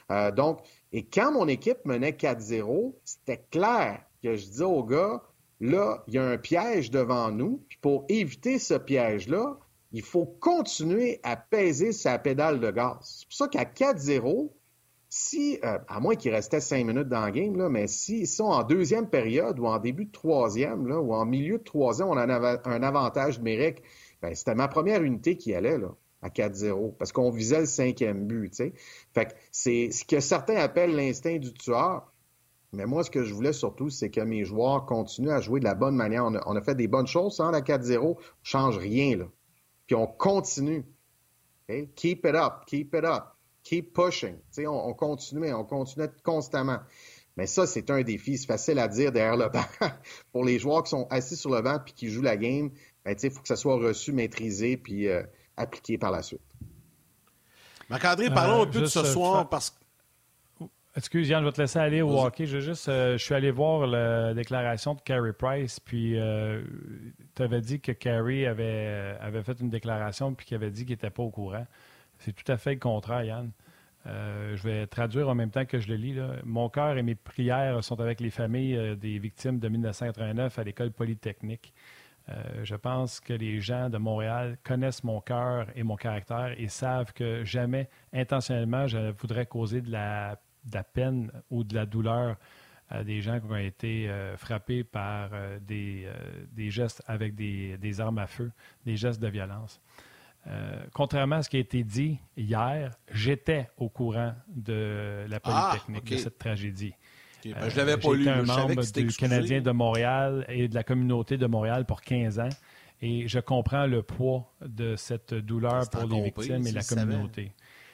Et quand mon équipe menait 4-0, c'était clair que je disais aux gars, là, il y a un piège devant nous. Puis pour éviter ce piège-là, il faut continuer à peser sa pédale de gaz. C'est pour ça qu'à 4-0, si, à moins qu'il restait 5 minutes dans le game, là, mais si sont en deuxième période ou en début de troisième, là, ou en milieu de troisième, on en avait un avantage numérique, ben, c'était ma première unité qui allait là, à 4-0, parce qu'on visait le 5e but. T'sais. Fait que c'est ce que certains appellent l'instinct du tueur. Mais moi, ce que je voulais surtout, c'est que mes joueurs continuent à jouer de la bonne manière. On a fait des bonnes choses sans la 4-0. On ne change rien, là. Puis on continue. Okay? Keep it up, keep pushing. On continue constamment. Mais ça, c'est un défi. C'est facile à dire derrière le banc. Pour les joueurs qui sont assis sur le banc puis qui jouent la game, ben, il faut que ça soit reçu, maîtrisé puis appliqué par la suite. Marc-André, parlons un peu de ce soir parce que... Excuse, Yann, je vais te laisser aller au hockey. Je suis allé voir la déclaration de Carey Price, puis tu avais dit que Carey avait fait une déclaration puis qu'il avait dit qu'il n'était pas au courant. C'est tout à fait le contraire, Yann. Je vais traduire en même temps que je le lis. Là. Mon cœur et mes prières sont avec les familles des victimes de 1989 à l'École polytechnique. Je pense que les gens de Montréal connaissent mon cœur et mon caractère et savent que jamais, intentionnellement, je voudrais causer de la peine ou de la douleur à des gens qui ont été frappés par des gestes avec des armes à feu, des gestes de violence. Contrairement à ce qui a été dit hier, j'étais au courant de la Polytechnique, de cette tragédie. Okay. Ben, je l'avais pas lu. J'étais un membre du Canadien de Montréal et de la communauté de Montréal pour 15 ans et je comprends le poids de cette douleur pour les victimes et la communauté.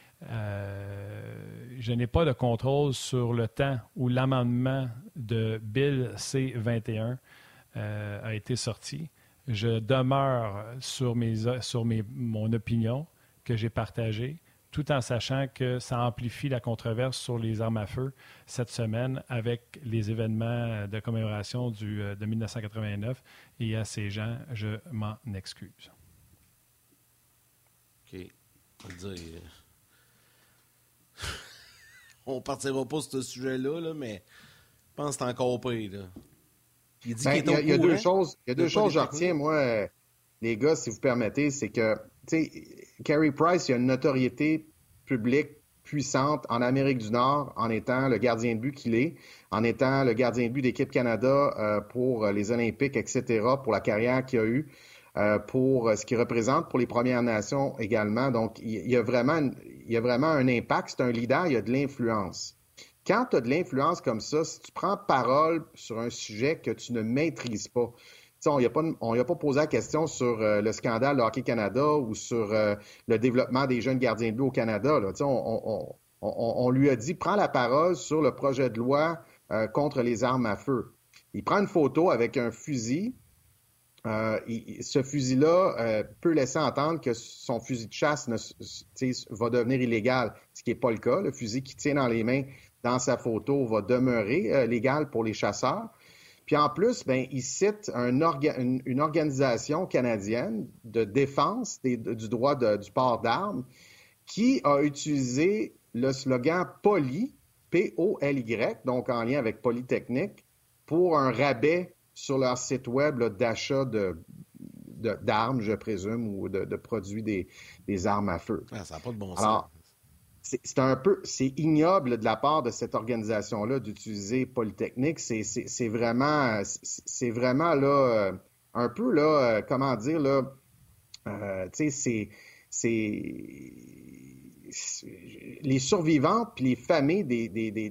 Je n'ai pas de contrôle sur le temps où l'amendement de Bill C-21 a été sorti. Je demeure sur mon opinion que j'ai partagée, tout en sachant que ça amplifie la controverse sur les armes à feu cette semaine avec les événements de commémoration de 1989. Et à ces gens, je m'en excuse. OK. On va dire... On ne partira pas sur ce sujet-là, là, mais je pense que c'est encore pire. Là. Il dit qu'il est au courant. Il y a deux choses que je retiens, moi, les gars, si vous permettez, c'est que, tu sais, Carey Price, il a une notoriété publique puissante en Amérique du Nord en étant le gardien de but qu'il est, en étant le gardien de but d'équipe Canada pour les Olympiques, etc., pour la carrière qu'il a eue. Pour ce qu'il représente pour les Premières Nations également. Donc, il y a vraiment un impact. C'est un leader, il y a de l'influence. Quand tu as de l'influence comme ça, si tu prends parole sur un sujet que tu ne maîtrises pas, on n'y a pas posé la question sur le scandale de Hockey Canada ou sur le développement des jeunes gardiens de but au Canada. Là. On lui a dit, prends la parole sur le projet de loi contre les armes à feu. Il prend une photo avec un fusil. Ce fusil-là peut laisser entendre que son fusil de chasse va devenir illégal, ce qui n'est pas le cas. Le fusil qu'il tient dans les mains dans sa photo va demeurer légal pour les chasseurs. Puis en plus, il cite une organisation canadienne de défense du droit du port d'armes qui a utilisé le slogan Poly, P-O-L-Y, donc en lien avec Polytechnique, pour un rabais sur leur site web là, d'achat d'armes, je présume, ou de produits des armes à feu. Ah, ça n'a pas de bon sens. Alors, c'est ignoble de la part de cette organisation-là d'utiliser Polytechnique. C'est vraiment là, un peu là, comment dire là, tu sais, les survivantes puis les familles des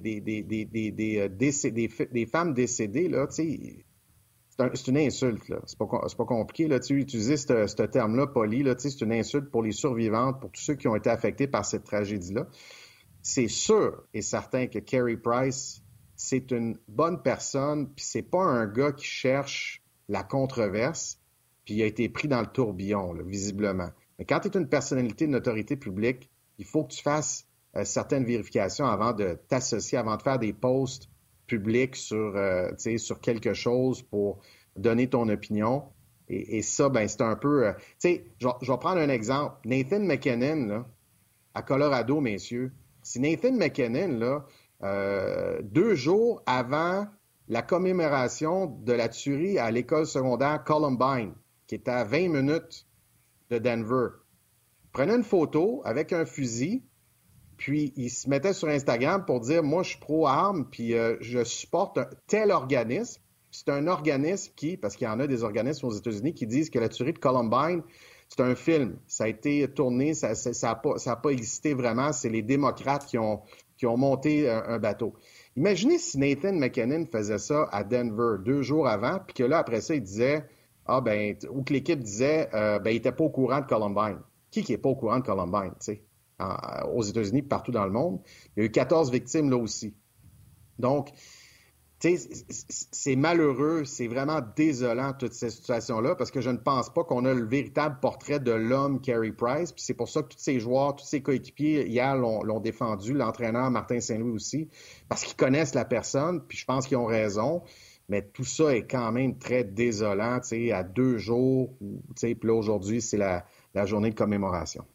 femmes décédées, là, tu sais, c'est une insulte, là. C'est pas compliqué, là. Tu utilises ce terme-là, poli, là, tu sais, c'est une insulte pour les survivantes, pour tous ceux qui ont été affectés par cette tragédie-là. C'est sûr et certain que Carey Price, c'est une bonne personne, puis c'est pas un gars qui cherche la controverse, puis il a été pris dans le tourbillon, là, visiblement. Mais quand tu es une personnalité d'une autorité publique, il faut que tu fasses certaines vérifications avant de t'associer, avant de faire des posts publics sur quelque chose pour donner ton opinion. Et ça, ben c'est un peu... je vais prendre un exemple. Nathan McKinnon, là, à Colorado, messieurs. Si Nathan McKinnon, là, 2 jours avant la commémoration de la tuerie à l'école secondaire Columbine, qui est à 20 minutes de Denver, prenait une photo avec un fusil, puis il se mettait sur Instagram pour dire « Moi, je suis pro-armes, puis je supporte un tel organisme. » C'est un organisme qui, parce qu'il y en a des organismes aux États-Unis qui disent que la tuerie de Columbine, c'est un film. Ça a été tourné, ça a pas existé vraiment. C'est les démocrates qui ont monté un bateau. Imaginez si Nathan McKinnon faisait ça à Denver 2 jours avant, puis que là, après ça, il disait ou que l'équipe disait il n'était pas au courant de Columbine. Qui est pas au courant de Columbine, tu sais, aux États-Unis, partout dans le monde? Il y a eu 14 victimes là aussi. Donc, tu sais, c'est malheureux, c'est vraiment désolant, toute cette situation-là, parce que je ne pense pas qu'on a le véritable portrait de l'homme Carey Price, puis c'est pour ça que tous ses joueurs, tous ses coéquipiers, hier, l'ont défendu, l'entraîneur Martin Saint-Louis aussi, parce qu'ils connaissent la personne, puis je pense qu'ils ont raison, mais tout ça est quand même très désolant, tu sais, à 2 jours, tu sais, puis là, aujourd'hui, c'est la journée de commémoration.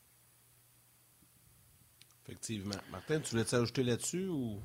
Effectivement. Martin, tu voulais t'ajouter là-dessus ou...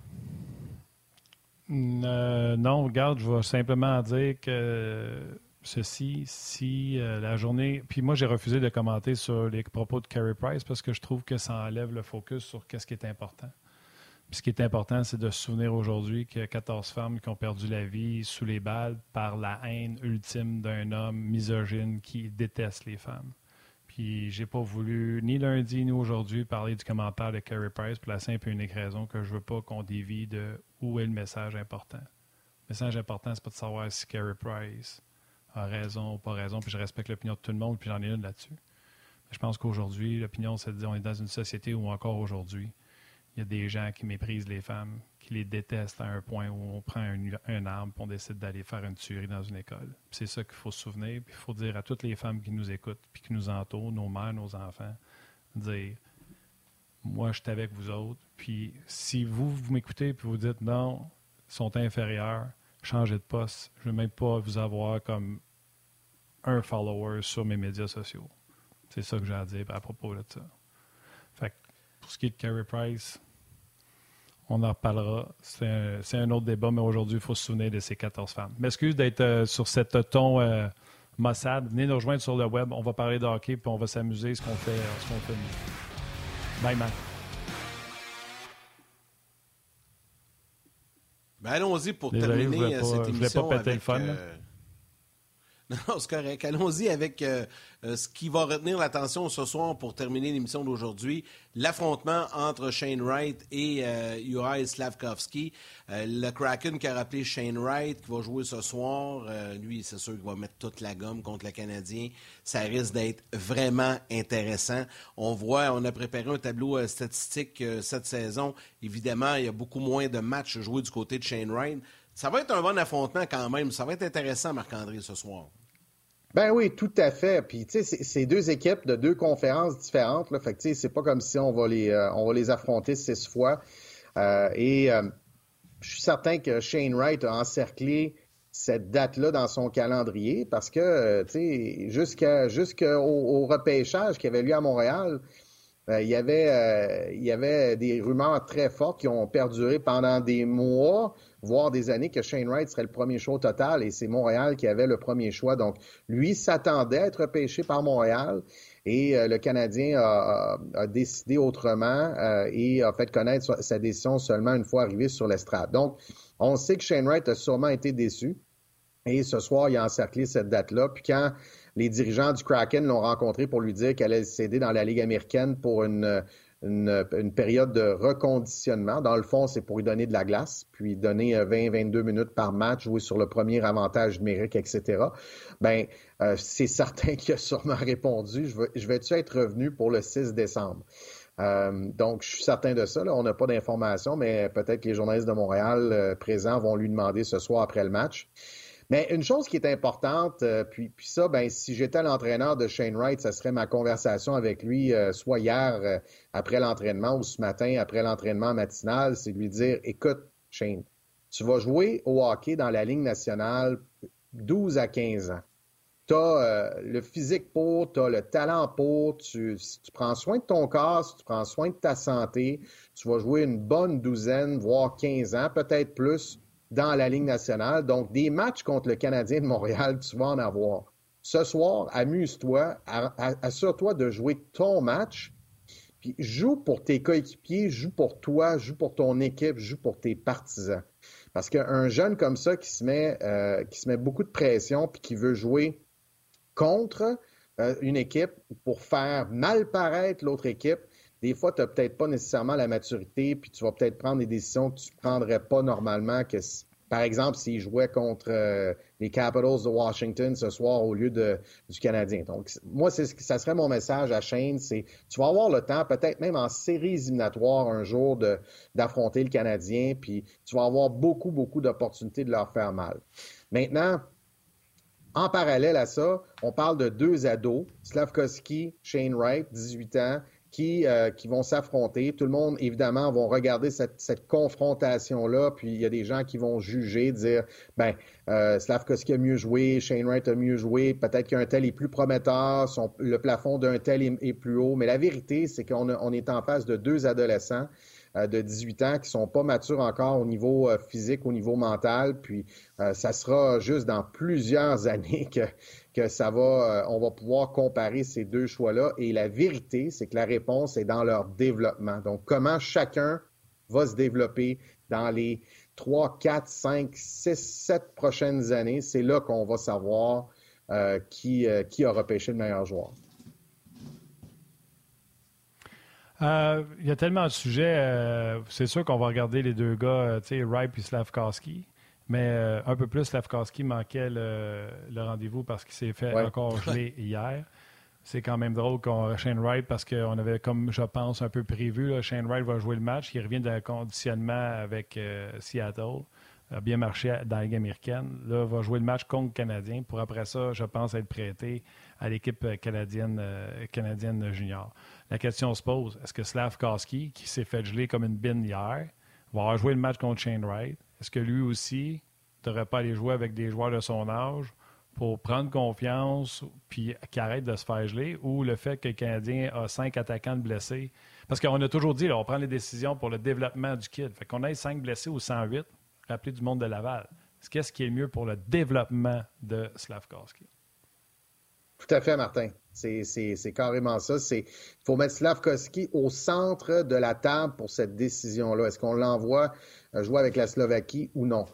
Non, regarde, je vais simplement dire que ceci, si la journée... Puis moi, j'ai refusé de commenter sur les propos de Carey Price parce que je trouve que ça enlève le focus sur ce qui est important. Puis ce qui est important, c'est de se souvenir aujourd'hui qu'il y a 14 femmes qui ont perdu la vie sous les balles par la haine ultime d'un homme misogyne qui déteste les femmes. Puis j'ai pas voulu, ni lundi, ni aujourd'hui, parler du commentaire de Carey Price pour la simple et unique raison que je veux pas qu'on dévie de où est le message important. Le message important, c'est pas de savoir si Carey Price a raison ou pas raison, puis je respecte l'opinion de tout le monde, puis j'en ai une là-dessus. Mais je pense qu'aujourd'hui, l'opinion, c'est de dire on est dans une société où encore aujourd'hui, il y a des gens qui méprisent les femmes, qui les détestent à un point où on prend un arme et on décide d'aller faire une tuerie dans une école. Puis c'est ça qu'il faut se souvenir. Puis il faut dire à toutes les femmes qui nous écoutent puis qui nous entourent, nos mères, nos enfants, dire « Moi, je suis avec vous autres. Puis si vous m'écoutez et vous dites « Non, ils sont inférieurs, changez de poste. Je ne veux même pas vous avoir comme un follower sur mes médias sociaux. » C'est ça que j'ai à dire à propos de ça. Fait que pour ce qui est de Carey Price, on en reparlera. C'est un autre débat, mais aujourd'hui, il faut se souvenir de ces 14 femmes. M'excuse d'être sur cette ton maussade. Venez nous rejoindre sur le web. On va parler de hockey puis on va s'amuser ce qu'on fait mieux. Bye, man. Ben allons-y pour Désolé, terminer cette émission. Je voulais pas péter avec, le fun. Non, c'est correct. Allons-y avec ce qui va retenir l'attention ce soir pour terminer l'émission d'aujourd'hui. L'affrontement entre Shane Wright et Juraj Slafkovský. Le Kraken qui a rappelé Shane Wright qui va jouer ce soir. Lui, c'est sûr qu'il va mettre toute la gomme contre le Canadien. Ça risque d'être vraiment intéressant. On a préparé un tableau statistique cette saison. Évidemment, il y a beaucoup moins de matchs joués du côté de Shane Wright. Ça va être un bon affrontement quand même. Ça va être intéressant, Marc-André, ce soir. Ben oui, tout à fait. Puis, tu sais, c'est 2 équipes de 2 conférences différentes. Là. Fait que, tu sais, c'est pas comme si on va les affronter 6 fois. Je suis certain que Shane Wright a encerclé cette date-là dans son calendrier parce que, tu sais, jusqu'au repêchage qui avait lieu à Montréal, il y avait des rumeurs très fortes qui ont perduré pendant des mois, voire des années, que Shane Wright serait le premier choix au total, et c'est Montréal qui avait le premier choix. Donc, lui s'attendait à être repêché par Montréal, et le Canadien a décidé autrement et a fait connaître sa décision seulement une fois arrivé sur l'estrade. Donc, on sait que Shane Wright a sûrement été déçu, et ce soir, il a encerclé cette date-là. Puis quand les dirigeants du Kraken l'ont rencontré pour lui dire qu'elle allait céder dans la Ligue américaine pour une une période de reconditionnement. Dans le fond, c'est pour lui donner de la glace, puis donner 20-22 minutes par match, jouer sur le premier avantage numérique, etc. Bien, c'est certain qu'il a sûrement répondu, je vais-tu être revenu pour le 6 décembre? Donc, je suis certain de ça. Là. On n'a pas d'informations, mais peut-être que les journalistes de Montréal présents vont lui demander ce soir après le match. Mais une chose qui est importante, puis ça, ben si j'étais l'entraîneur de Shane Wright, ça serait ma conversation avec lui, soit hier après l'entraînement ou ce matin après l'entraînement matinal, c'est de lui dire, écoute, Shane, tu vas jouer au hockey dans la Ligue nationale 12 à 15 ans. Tu as le physique pour, tu as le talent pour, si tu prends soin de ton corps, si tu prends soin de ta santé, tu vas jouer une bonne douzaine, voire 15 ans, peut-être plus, dans la Ligue nationale. Donc, des matchs contre le Canadien de Montréal, tu vas en avoir. Ce soir, amuse-toi, assure-toi de jouer ton match, puis joue pour tes coéquipiers, joue pour toi, joue pour ton équipe, joue pour tes partisans. Parce qu'un jeune comme ça qui se met beaucoup de pression puis qui veut jouer contre une équipe pour faire mal paraître l'autre équipe, des fois, tu n'as peut-être pas nécessairement la maturité, puis tu vas peut-être prendre des décisions que tu ne prendrais pas normalement. Par exemple, s'il jouait contre les Capitals de Washington ce soir au lieu du Canadien. Donc, moi, ça serait mon message à Shane, c'est tu vas avoir le temps, peut-être même en séries éliminatoires un jour, d'affronter le Canadien, puis tu vas avoir beaucoup, beaucoup d'opportunités de leur faire mal. Maintenant, en parallèle à ça, on parle de deux ados, Slafkovsky, Shane Wright, 18 ans, qui vont s'affronter. Tout le monde, évidemment, vont regarder cette confrontation-là, puis il y a des gens qui vont juger, dire, Slafkovsky a mieux joué, Shane Wright a mieux joué, peut-être qu'un tel est plus prometteur, le plafond d'un tel est plus haut, mais la vérité, c'est qu'on est en face de deux adolescents de 18 ans qui sont pas matures encore au niveau physique, au niveau mental, puis ça sera juste dans plusieurs années que ça va, on va pouvoir comparer ces deux choix-là. Et la vérité, c'est que la réponse est dans leur développement. Donc, comment chacun va se développer dans les 3, 4, 5, 6, 7 prochaines années, c'est là qu'on va savoir qui a repêché le meilleur joueur. Il y a tellement de sujets. C'est sûr qu'on va regarder les deux gars, Wright et Slafkovsky. Mais un peu plus, Slafkovsky manquait le rendez-vous parce qu'il s'est fait encore geler hier. C'est quand même drôle qu'on Shane Wright, parce qu'on avait, comme je pense, un peu prévu, là, Shane Wright va jouer le match. Il revient d'un conditionnement avec Seattle. A bien marché dans la Ligue américaine. Là, va jouer le match contre le Canadien pour après ça, je pense, être prêté à l'équipe canadienne junior. La question se pose, est-ce que Slafkovsky, qui s'est fait geler comme une bine hier, va avoir joué le match contre Shane Wright? Est-ce que lui aussi ne devrait pas aller jouer avec des joueurs de son âge pour prendre confiance puis qu'il arrête de se faire geler, ou le fait que le Canadien a 5 attaquants de blessés? Parce qu'on a toujours dit, là, on prend les décisions pour le développement du kid. Fait qu'on ait 5 blessés ou 108, rappelez du monde de Laval. Qu'est-ce qui est mieux pour le développement de Slafkovsky? Tout à fait, Martin. C'est carrément ça. Il faut mettre Slafkovsky au centre de la table pour cette décision-là. Est-ce qu'on l'envoie jouer avec la Slovaquie ou non?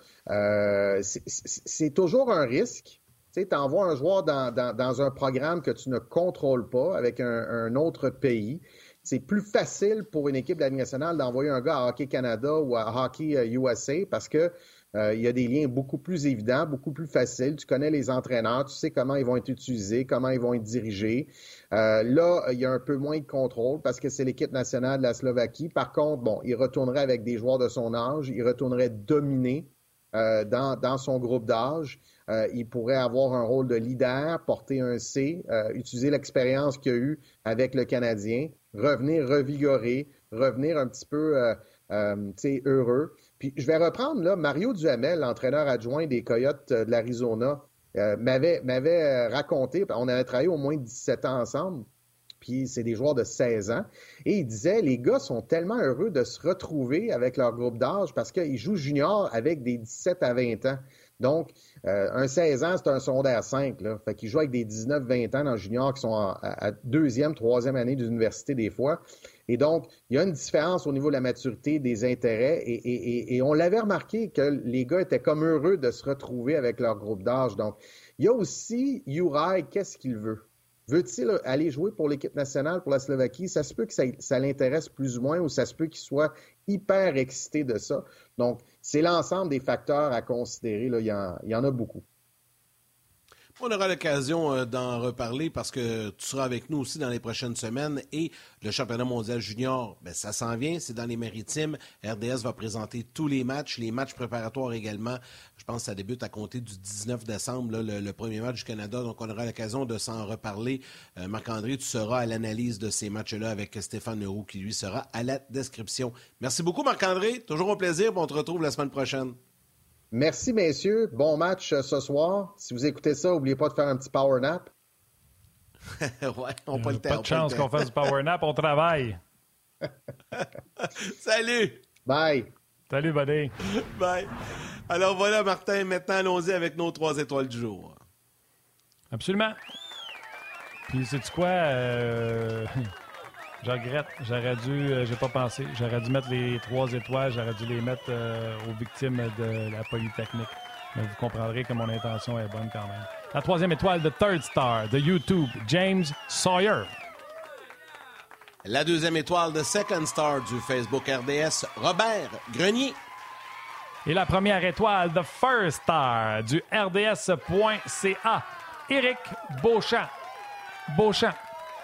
C'est toujours un risque. Tu envoies un joueur dans un programme que tu ne contrôles pas avec un autre pays. C'est plus facile pour une équipe de la Ligue nationale d'envoyer un gars à Hockey Canada ou à Hockey USA parce que il y a des liens beaucoup plus évidents, beaucoup plus faciles. Tu connais les entraîneurs, tu sais comment ils vont être utilisés, comment ils vont être dirigés. Là, il y a un peu moins de contrôle parce que c'est l'équipe nationale de la Slovaquie. Par contre, bon, il retournerait avec des joueurs de son âge, il retournerait dominer dans son groupe d'âge. Il pourrait avoir un rôle de leader, porter un C, utiliser l'expérience qu'il a eue avec le Canadien, revenir revigoré, revenir un petit peu heureux. Puis je vais reprendre là, Mario Duhamel, l'entraîneur adjoint des Coyotes de l'Arizona, m'avait raconté, on avait travaillé au moins 17 ans ensemble, puis c'est des joueurs de 16 ans, et il disait, les gars sont tellement heureux de se retrouver avec leur groupe d'âge parce qu'ils jouent junior avec des 17 à 20 ans. Donc, un 16 ans, c'est un secondaire 5. Là. Fait qu'ils jouent avec des 19-20 ans dans le junior qui sont à deuxième, troisième année d'université des fois. Et donc, il y a une différence au niveau de la maturité, des intérêts. Et on l'avait remarqué que les gars étaient comme heureux de se retrouver avec leur groupe d'âge. Donc, il y a aussi Uri, qu'est-ce qu'il veut? veut-il aller jouer pour l'équipe nationale, pour la Slovaquie? Ça se peut que ça l'intéresse plus ou moins ou ça se peut qu'il soit hyper excité de ça. Donc, c'est l'ensemble des facteurs à considérer. Là. Il y en a beaucoup. On aura l'occasion d'en reparler parce que tu seras avec nous aussi dans les prochaines semaines et le championnat mondial junior, bien, ça s'en vient, c'est dans les Maritimes. RDS va présenter tous les matchs préparatoires également. Je pense que ça débute à compter du 19 décembre, là, le premier match du Canada. Donc, on aura l'occasion de s'en reparler. Marc-André, tu seras à l'analyse de ces matchs-là avec Stéphane Leroux qui, lui, sera à la description. Merci beaucoup, Marc-André. Toujours un plaisir. On te retrouve la semaine prochaine. Merci, messieurs. Bon match ce soir. Si vous écoutez ça, n'oubliez pas de faire un petit power nap. Ouais, on n'a pas le temps. Pas de chance qu'on fasse du power nap, on travaille. Salut! Bye! Salut, buddy! Bye! Alors voilà, Martin, maintenant allons-y avec nos 3 étoiles du jour. Absolument. Puis, sais-tu quoi? Je regrette. J'ai pas pensé. J'aurais dû mettre les 3 étoiles, j'aurais dû les mettre aux victimes de la Polytechnique. Mais vous comprendrez que mon intention est bonne quand même. La 3e étoile de Third Star de YouTube, James Sawyer. La 2e étoile de Second Star du Facebook RDS, Robert Grenier. Et la 1re étoile de First Star du RDS.ca, Éric Beauchamp.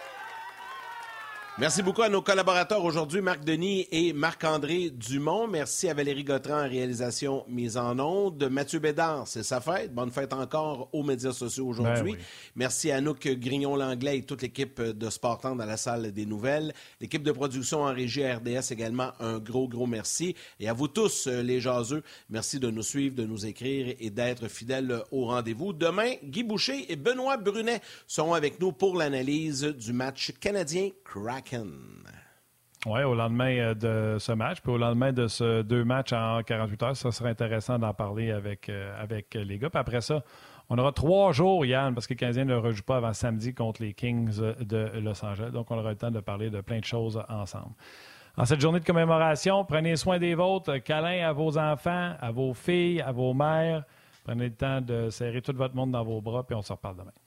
Merci beaucoup à nos collaborateurs aujourd'hui, Marc Denis et Marc-André Dumont. Merci à Valérie Gautran en réalisation mise en onde. Mathieu Bédard, c'est sa fête. Bonne fête encore aux médias sociaux aujourd'hui. Ben oui. Merci à Anouk Grignon-Langlais et toute l'équipe de Sportant dans la salle des nouvelles. L'équipe de production en régie RDS également, un gros merci. Et à vous tous, les jaseux, merci de nous suivre, de nous écrire et d'être fidèles au rendez-vous. Demain, Guy Boucher et Benoît Brunet seront avec nous pour l'analyse du match canadien-Kraken. Oui, au lendemain de ce match, puis au lendemain de ce 2 matchs en 48 heures, ça serait intéressant d'en parler avec les gars. Puis après ça, on aura 3 jours, Yann, parce que le Canadien ne rejoue pas avant samedi contre les Kings de Los Angeles. Donc, on aura le temps de parler de plein de choses ensemble. En cette journée de commémoration, prenez soin des vôtres. Câlin à vos enfants, à vos filles, à vos mères. Prenez le temps de serrer tout votre monde dans vos bras, puis on se reparle demain.